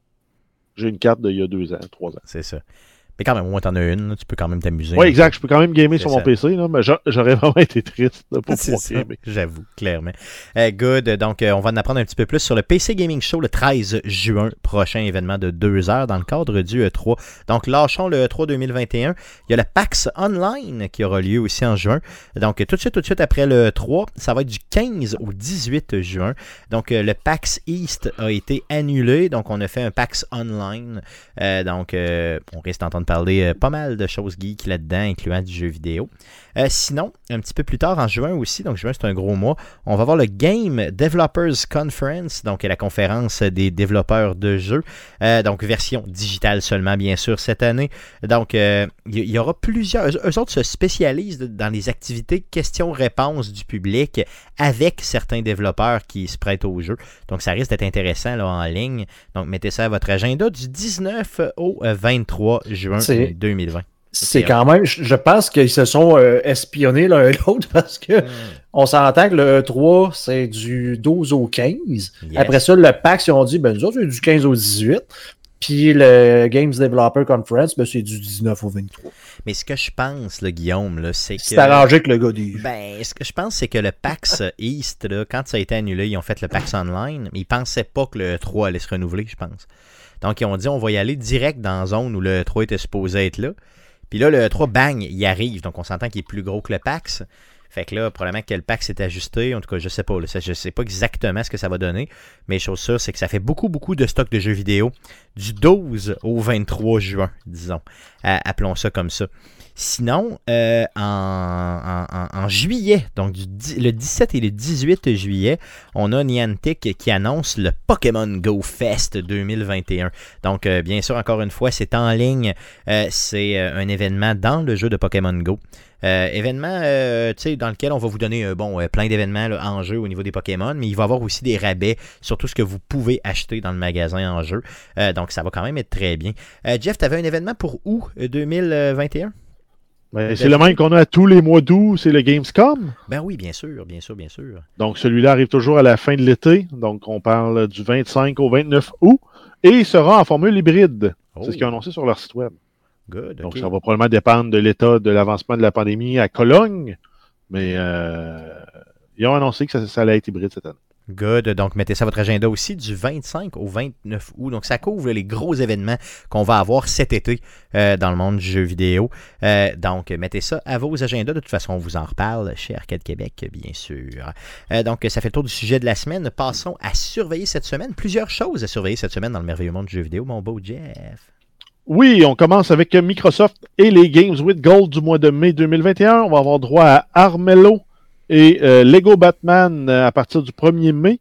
J'ai une carte d'il y a deux ans, trois ans. C'est ça. Mais quand même, au moins, t'en as une. Là, tu peux quand même t'amuser. Oui, exact. Je peux quand même gamer c'est sur ça. mon P C, là, mais j'aurais vraiment été triste de pas C'est pouvoir ça, gamer. j'avoue, clairement. Euh, good. Donc, euh, on va en apprendre un petit peu plus sur le P C Gaming Show le treize juin, prochain événement de deux heures dans le cadre du E trois. Donc, lâchons le E trois deux mille vingt et un. Il y a le PAX Online qui aura lieu aussi en juin. Donc, tout de suite, tout de suite après le E trois, ça va être du quinze au dix-huit juin. Donc, euh, le PAX East a été annulé. Donc, on a fait un PAX Online. Euh, donc, euh, on risque d'entendre parler euh, pas mal de choses geeks là-dedans, incluant du jeu vidéo. Euh, sinon, un petit peu plus tard, en juin aussi, donc juin c'est un gros mois, on va avoir le Game Developers Conference, donc la conférence des développeurs de jeux, euh, donc version digitale seulement, bien sûr, cette année. Donc, euh, il y, y aura plusieurs... Eux, eux autres se spécialisent dans les activités questions-réponses du public avec certains développeurs qui se prêtent au jeu. Donc, ça risque d'être intéressant là, en ligne. Donc, mettez ça à votre agenda du dix-neuf au vingt-trois juin C'est... deux mille vingt. C'est quand même, je pense qu'ils se sont euh, espionnés l'un et l'autre parce que mm. on s'entend que le E trois, c'est du douze au quinze. Yes. Après ça, le PAX, ils ont dit, ben nous autres, c'est du quinze au dix-huit. Puis le Games Developer Conference, ben, c'est du dix-neuf au vingt-trois. Mais ce que je pense, là, Guillaume, là, c'est que... C'est arrangé que le gars dit. Ben, ce que je pense, c'est que le PAX East, là, quand ça a été annulé, ils ont fait le PAX Online, mais ils pensaient pas que le E trois allait se renouveler, je pense. Donc, ils ont dit, on va y aller direct dans la zone où le E trois était supposé être là. Puis là, le E trois, bang, il arrive. Donc, on s'entend qu'il est plus gros que le PAX. Fait que là, probablement que le PAX s'est ajusté. En tout cas, je sais pas. Là, je sais pas exactement ce que ça va donner. Mais chose sûre, c'est que ça fait beaucoup, beaucoup de stock de jeux vidéo du douze au vingt-trois juin, disons. Euh, appelons ça comme ça. Sinon, euh, en, en, en, en juillet, donc du, le dix-sept et le dix-huit juillet, on a Niantic qui annonce le Pokémon Go Fest deux mille vingt et un. Donc, euh, bien sûr, encore une fois, c'est en ligne. Euh, c'est euh, un événement dans le jeu de Pokémon Go. Euh, événement euh, dans lequel on va vous donner euh, bon, euh, plein d'événements là, en jeu au niveau des Pokémon, mais il va y avoir aussi des rabais sur tout ce que vous pouvez acheter dans le magasin en jeu. Euh, donc, ça va quand même être très bien. Euh, Jeff, tu avais un événement pour août deux mille vingt et un? Ben, c'est le même qu'on a à tous les mois d'août, c'est le Gamescom. Ben oui, bien sûr, bien sûr, bien sûr. Donc, celui-là arrive toujours à la fin de l'été. Donc, on parle du vingt-cinq au vingt-neuf août. Et il sera en formule hybride. Oh. C'est ce qu'ils ont annoncé sur leur site web. Good, donc, okay. ça va probablement dépendre de l'état de l'avancement de la pandémie à Cologne. Mais euh, ils ont annoncé que ça, ça allait être hybride cette année. Good. Donc, mettez ça à votre agenda aussi du vingt-cinq au vingt-neuf août. Donc, ça couvre les gros événements qu'on va avoir cet été euh, dans le monde du jeu vidéo. Euh, donc, mettez ça à vos agendas. De toute façon, on vous en reparle chez Arcade Québec, bien sûr. Euh, donc, ça fait le tour du sujet de la semaine. Passons à surveiller cette semaine. Plusieurs choses à surveiller cette semaine dans le merveilleux monde du jeu vidéo, mon beau Jeff. Oui, on commence avec Microsoft et les Games with Gold du mois de mai deux mille vingt et un. On va avoir droit à Armello et euh, Lego Batman à partir du premier mai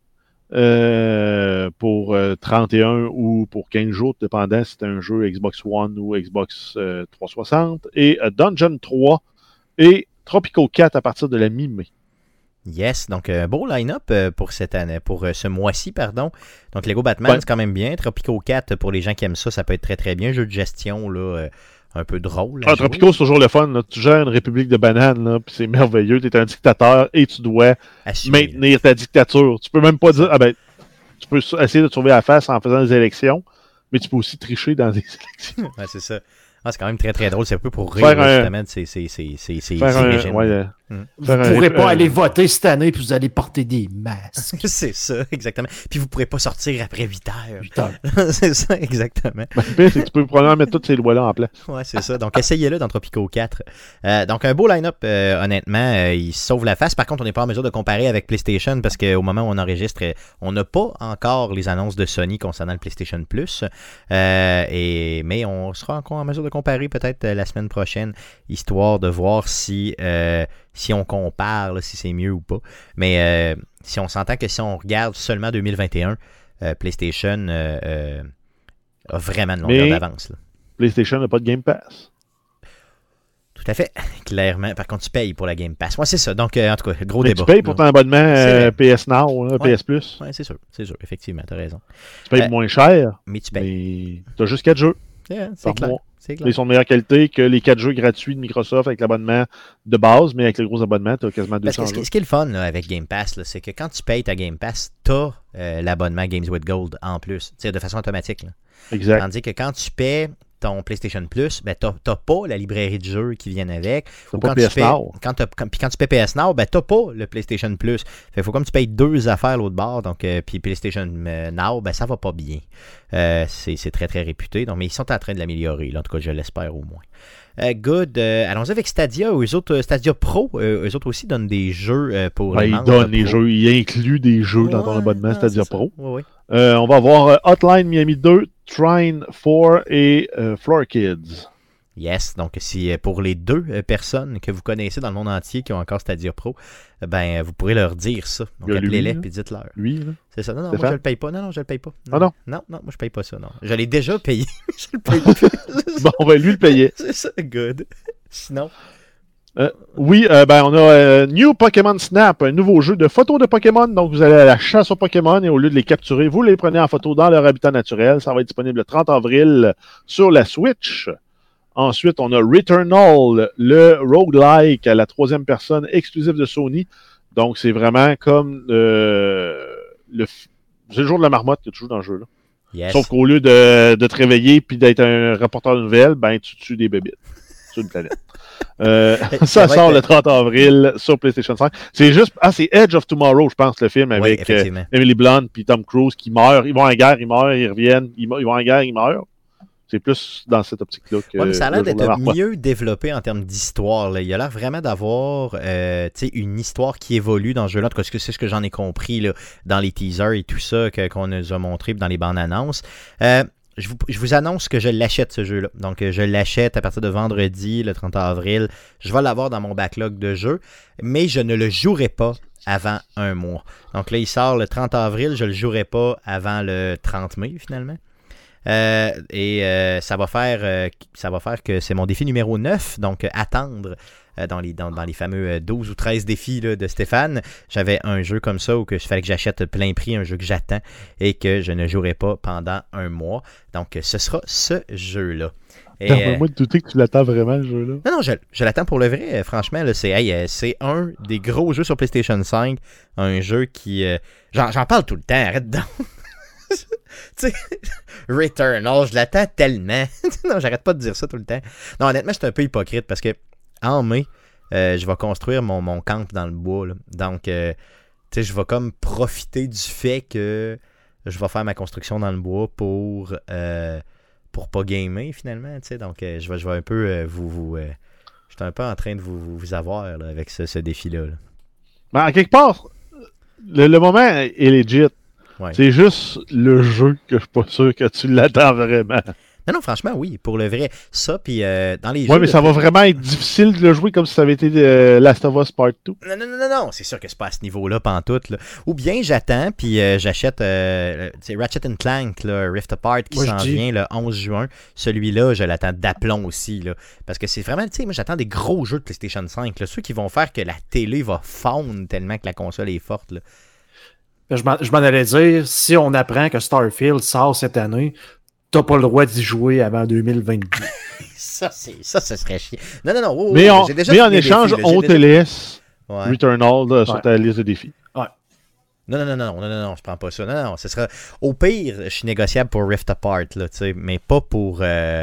euh, pour euh, trente et un ou pour quinze jours, dépendant si c'est un jeu Xbox One ou Xbox euh, trois cent soixante. Et euh, Dungeon trois et Tropico quatre à partir de la mi-mai. Yes, donc un euh, beau line-up euh, pour cette année, pour euh, ce mois-ci, pardon. Donc Lego Batman, ouais. C'est quand même bien. Tropico quatre, pour les gens qui aiment ça, ça peut être très très bien. Jeu de gestion, là, euh, un peu drôle. Ah, Tropico, c'est toujours le fun. Là. Tu gères une république de bananes, là, puis c'est merveilleux. Tu es un dictateur et tu dois Assumer, maintenir là. ta dictature. Tu peux même pas dire, ah ben, tu peux essayer de te sauver la face en faisant des élections, mais tu peux aussi tricher dans des élections. Ouais, c'est ça. Ah, c'est quand même très très drôle. C'est un peu pour rire, là, justement, c'est c'est c'est c'est c'est ouais, hum. Vous ne pourrez pas euh, aller voter cette année puis vous allez porter des masques. C'est ça, exactement. Puis vous ne pourrez pas sortir après huit heures. huit heures. C'est ça, exactement. Ben, c'est que tu peux probablement mettre toutes ces lois-là en place. Ouais, c'est ça. Donc, essayez-le dans Tropico quatre. Euh, donc, un beau line-up, euh, honnêtement. Euh, il sauve la face. Par contre, on n'est pas en mesure de comparer avec PlayStation parce qu'au moment où on enregistre, on n'a pas encore les annonces de Sony concernant le PlayStation Plus. Euh, et, mais on sera encore en mesure de comparer peut-être la semaine prochaine, histoire de voir si, euh, si on compare, là, si c'est mieux ou pas. Mais euh, si on s'entend que si on regarde seulement deux mille vingt et un, euh, PlayStation euh, euh, a vraiment une longueur d'avance. Là. PlayStation n'a pas de Game Pass. Tout à fait, clairement. Par contre, tu payes pour la Game Pass. Ouais, c'est ça. Donc, euh, en tout cas, gros mais débat. Tu payes pour ton abonnement euh, P S Now, là, ouais. P S Plus. Oui, c'est sûr. C'est sûr, effectivement, tu as raison. Tu payes euh, moins cher, mais tu payes. Mais tu as juste quatre jeux. Yeah, c'est clair. C'est clair. Ils sont de meilleure qualité que les quatre jeux gratuits de Microsoft avec l'abonnement de base, mais avec les gros abonnements, tu as quasiment deux cents Parce que jeux. Ce qui est le fun là, avec Game Pass, là, c'est que quand tu payes ta Game Pass, tu as euh, l'abonnement Games with Gold en plus, de façon automatique. Là. Exact. Tandis que quand tu paies ton PlayStation Plus, ben tu n'as pas la librairie de jeux qui viennent avec. Ou quand, tu payes, quand, quand, puis quand tu payes P S Now, ben tu n'as pas le PlayStation Plus. Il faut comme tu payes deux affaires l'autre bord. Donc, euh, puis PlayStation Now, ben ça va pas bien. Euh, c'est, c'est très très réputé. Donc, mais ils sont en train de l'améliorer. Là. En tout cas, je l'espère au moins. Euh, good. Euh, allons-y avec Stadia. Eux autres, Stadia Pro, euh, eux autres aussi donnent des jeux euh, pour ouais, les membres. Ils donnent les jeux. Ils incluent des jeux ouais, dans ton abonnement non, Stadia Pro. Ouais, ouais. Euh, on va avoir euh, Hotline Miami deux, Trine quatre et euh, Floor Kids. Yes, donc si pour les deux personnes que vous connaissez dans le monde entier qui ont encore Stadia Pro, ben vous pourrez leur dire ça. Donc appelez-les et dites-leur. Lui, là. C'est ça. Non, non, Stéphane? Moi je le paye pas. Non, non, je le paye pas. Non, ah non? Non, non, moi je paye pas ça. Non. Je l'ai déjà payé. Je le paye plus. Bon, on va lui le payer. C'est ça, good. Sinon. Euh, oui, euh, ben on a euh, New Pokémon Snap, un nouveau jeu de photos de Pokémon. Donc vous allez à la chasse aux Pokémon et au lieu de les capturer, vous les prenez en photo dans leur habitat naturel. Ça va être disponible le trente avril sur la Switch. Ensuite, on a Returnal, le roguelike à la troisième personne exclusif de Sony. Donc c'est vraiment comme euh, le, c'est le jour de la marmotte que tu joues dans le jeu là. Yes. Sauf qu'au lieu de, de te réveiller puis d'être un rapporteur de nouvelles, ben tu tues des bébites sur une planète. Euh, ça, ça sort être... le trente avril sur PlayStation cinq. C'est juste, ah, c'est Edge of Tomorrow, je pense, le film avec oui, euh, Emily Blunt puis Tom Cruise qui meurent. Ils vont en guerre, ils meurent, ils reviennent. Ils, ils vont en guerre, ils meurent. C'est plus dans cette optique-là que. Ouais, mais ça a l'air d'être mieux développé en termes d'histoire. Là. Il a l'air vraiment d'avoir euh, une histoire qui évolue dans ce jeu-là. En tout cas, c'est ce que j'en ai compris là, dans les teasers et tout ça que, qu'on nous a montré dans les bandes annonces. Euh, Je vous, je vous annonce que je l'achète, ce jeu-là. Donc, je l'achète à partir de vendredi, le trente avril. Je vais l'avoir dans mon backlog de jeux, mais je ne le jouerai pas avant un mois. Donc là, il sort le trente avril, je ne le jouerai pas avant le trente mai, finalement. Euh, et euh, ça va faire euh, ça va faire que c'est mon défi numéro neuf, donc euh, attendre euh, dans, les, dans, dans les fameux douze ou treize défis là, de Stéphane. J'avais un jeu comme ça où il fallait que j'achète plein prix, un jeu que j'attends et que je ne jouerai pas pendant un mois. Donc ce sera ce jeu-là. Et, moi de douter que tu l'attends vraiment, le jeu-là. Non, non, je, je l'attends pour le vrai. Franchement, là, c'est, hey, c'est un des gros jeux sur PlayStation cinq. Un jeu qui... Euh, j'en, j'en parle tout le temps, arrête donc. Tu sais, Returnal, je l'attends tellement. Non, j'arrête pas de dire ça tout le temps. Non, honnêtement, je suis un peu hypocrite parce que en mai, euh, je vais construire mon, mon camp dans le bois. Là. Donc, euh, tu sais, je vais comme profiter du fait que je vais faire ma construction dans le bois pour euh, pour pas gamer finalement. Tu sais, donc, euh, je, vais, je vais un peu euh, vous... vous euh, je suis un peu en train de vous, vous avoir là, avec ce, ce défi-là. Là. Ben, à quelque part, le, le moment est legit. Ouais. C'est juste le jeu que je suis pas sûr que tu l'attends vraiment. Non, non, franchement, oui, pour le vrai. Ça, puis euh, dans les Ouais, jeux... mais ça va vraiment être difficile de le jouer comme si ça avait été euh, Last of Us Part deux. Non, non, non, non, non, c'est sûr que c'est pas à ce niveau-là, pantoute. Là. Ou bien j'attends, puis euh, j'achète euh, Ratchet and Clank, là, Rift Apart, qui moi, s'en dis... vient le onze juin. Celui-là, je l'attends d'aplomb aussi. Là, parce que c'est vraiment, tu sais, moi j'attends des gros jeux de PlayStation cinq. Là, ceux qui vont faire que la télé va fondre tellement que la console est forte. Là. Je m'en, je m'en allais dire, si on apprend que Starfield sort cette année, t'as pas le droit d'y jouer avant deux mille vingt-deux. ça, c'est, ça, ça serait chiant. Non, non, non. Oh, mais oh, on, j'ai déjà mais en fini les échange, défis, là, on j'ai te déjà... laisse ouais. Returnal là, sur Ouais. ta liste de défis. Ouais. Non, non, non, non, non, non, non, je prends pas ça. Non, non, ce sera... Au pire, je suis négociable pour Rift Apart, là, tu sais, mais pas pour...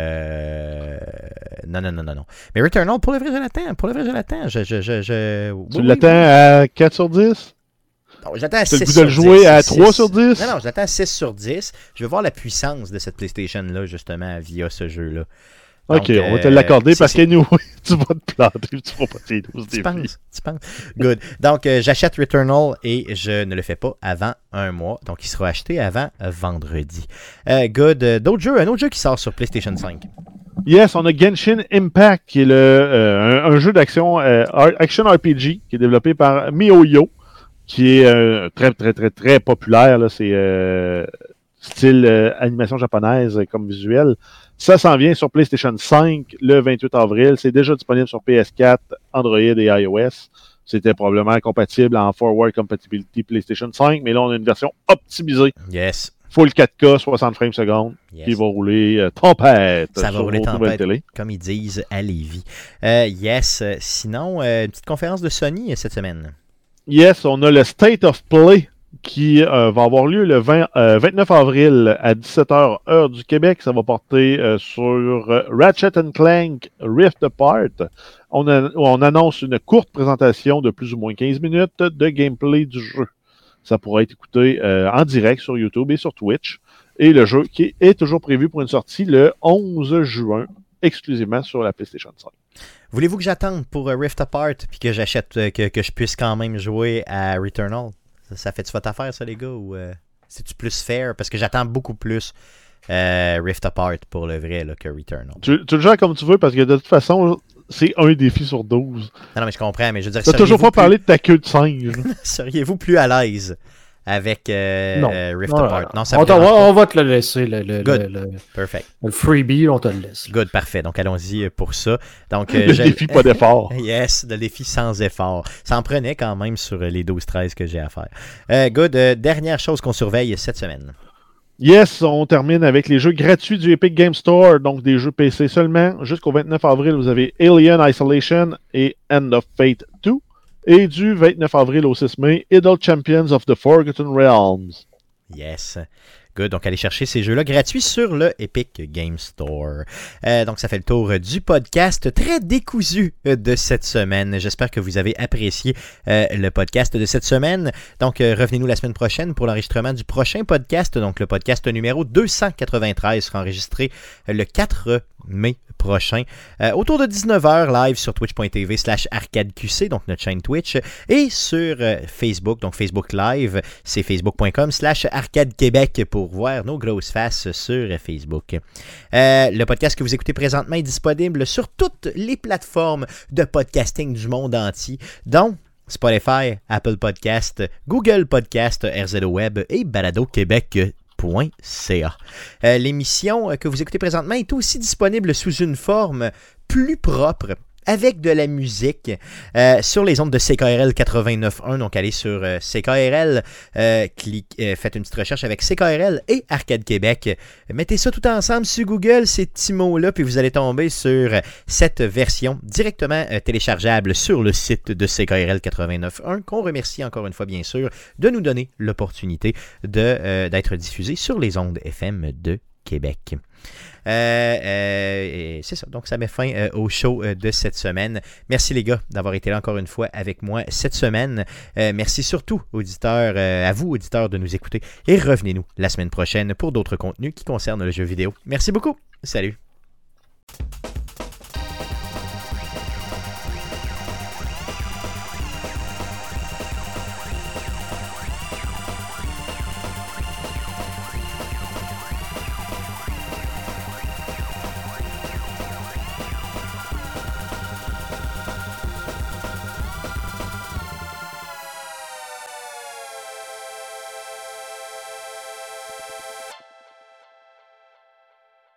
Euh... Non, non, non, non, non. Mais Returnal, pour le vrai, je l'attends. Pour le vrai, je l'attends. Je, je, je, je... Tu oui, l'attends oui, à quatre sur dix? Non, je l'attends à Tu as six le goût de sur le jouer dix, à six. trois sur dix? Non, non, je l'attends à six sur dix. Je veux voir la puissance de cette PlayStation-là, justement, via ce jeu-là. Donc, Ok, on va te euh, l'accorder c'est- parce c'est- que nous, tu vas te planter, tu feras pas tes douze Tu défis. penses, tu penses. Good. Donc, euh, j'achète Returnal et je ne le fais pas avant un mois. Donc, il sera acheté avant euh, vendredi. Euh, good. Euh, d'autres jeux, un autre jeu qui sort sur PlayStation cinq. Yes, on a Genshin Impact, qui est le, euh, un, un jeu d'action euh, R- action R P G, qui est développé par MiHoYo, qui est euh, très, très, très, très populaire. Là. C'est euh, style euh, animation japonaise euh, comme visuel. Ça s'en vient sur PlayStation cinq le vingt-huit avril. C'est déjà disponible sur P S quatre, Android et iOS. C'était probablement compatible en Forward Compatibility PlayStation cinq, mais là, on a une version optimisée. Yes. Full quatre K, soixante frames secondes, Yes. qui va rouler euh, tempête Ça va sur rouler votre nouvelle tempête. télé. Comme ils disent à Lévis. Euh, yes. Euh, Sinon, euh, une petite conférence de Sony euh, cette semaine. Yes, on a le State of Play qui euh, va avoir lieu le vingt, euh, vingt-neuf avril à dix-sept heures heure du Québec. Ça va porter euh, sur euh, Ratchet and Clank Rift Apart. On, a- on annonce une courte présentation de plus ou moins quinze minutes de gameplay du jeu. Ça pourra être écouté euh, en direct sur YouTube et sur Twitch. Et le jeu qui est toujours prévu pour une sortie le onze juin, exclusivement sur la PlayStation cinq. Voulez-vous que j'attende pour euh, Rift Apart puis que j'achète, euh, que, que je puisse quand même jouer à Returnal? Ça, ça fait-tu votre affaire, ça, les gars? Ou euh, c'est-tu plus fair? Parce que j'attends beaucoup plus euh, Rift Apart pour le vrai là, que Returnal. Tu, tu le gères comme tu veux parce que de toute façon, c'est un défi sur douze. Non, non, mais je comprends, mais je veux dire, T'as toujours seriez-vous pas parlé de ta queue de singe. là. plus, seriez-vous plus à l'aise avec euh, Non. euh, Rift Non, Apart? Non, ça on, me t'en- dérange pas. on va te le laisser, le, le, Good. le, le, Perfect. le freebie, on te le laisse. Good, parfait. Donc, allons-y pour ça. Donc, euh, Le je- défi, pas d'effort. Yes, le défi sans effort. Ça en prenait quand même sur les douze treize que j'ai à faire. Euh, good. Euh, dernière chose qu'on surveille cette semaine. Yes, on termine avec les jeux gratuits du Epic Game Store, donc des jeux P C seulement. Jusqu'au vingt-neuf avril, vous avez Alien Isolation et End of Fate deux. Et du vingt-neuf avril au six mai, Idle Champions of the Forgotten Realms. Yes. Good. Donc, allez chercher ces jeux-là gratuits sur le Epic Game Store. Euh, donc, ça fait le tour du podcast très décousu de cette semaine. J'espère que vous avez apprécié euh, le podcast de cette semaine. Donc, euh, revenez-nous la semaine prochaine pour l'enregistrement du prochain podcast. Donc, le podcast numéro deux cent quatre-vingt-treize sera enregistré le quatre mai prochain, euh, autour de dix-neuf heures, live sur twitch.tv slash arcadeqc, donc notre chaîne Twitch, et sur euh, Facebook, donc Facebook Live, c'est facebook.com slash arcadequebec pour voir nos grosses faces sur Facebook. Euh, le podcast que vous écoutez présentement est disponible sur toutes les plateformes de podcasting du monde entier, dont Spotify, Apple Podcast, Google Podcast, R Z O Web et Balado Québec. .ca. Euh, l'émission que vous écoutez présentement est aussi disponible sous une forme plus propre, avec de la musique, euh, sur les ondes de C K R L quatre-vingt-neuf point un. Donc, allez sur euh, C K R L, euh, clique, euh, faites une petite recherche avec C K R L et Arcade Québec. Mettez ça tout ensemble sur Google, ces petits mots-là, puis vous allez tomber sur cette version directement euh, téléchargeable sur le site de C K R L quatre-vingt-neuf point un, qu'on remercie encore une fois, bien sûr, de nous donner l'opportunité de, euh, d'être diffusé sur les ondes F M de Québec. Euh, euh, c'est ça, donc ça met fin euh, au show euh, de cette semaine. Merci les gars d'avoir été là encore une fois avec moi cette semaine. Euh, merci surtout auditeurs, euh, à vous auditeurs de nous écouter et revenez-nous la semaine prochaine pour d'autres contenus qui concernent le jeu vidéo. Merci beaucoup, salut!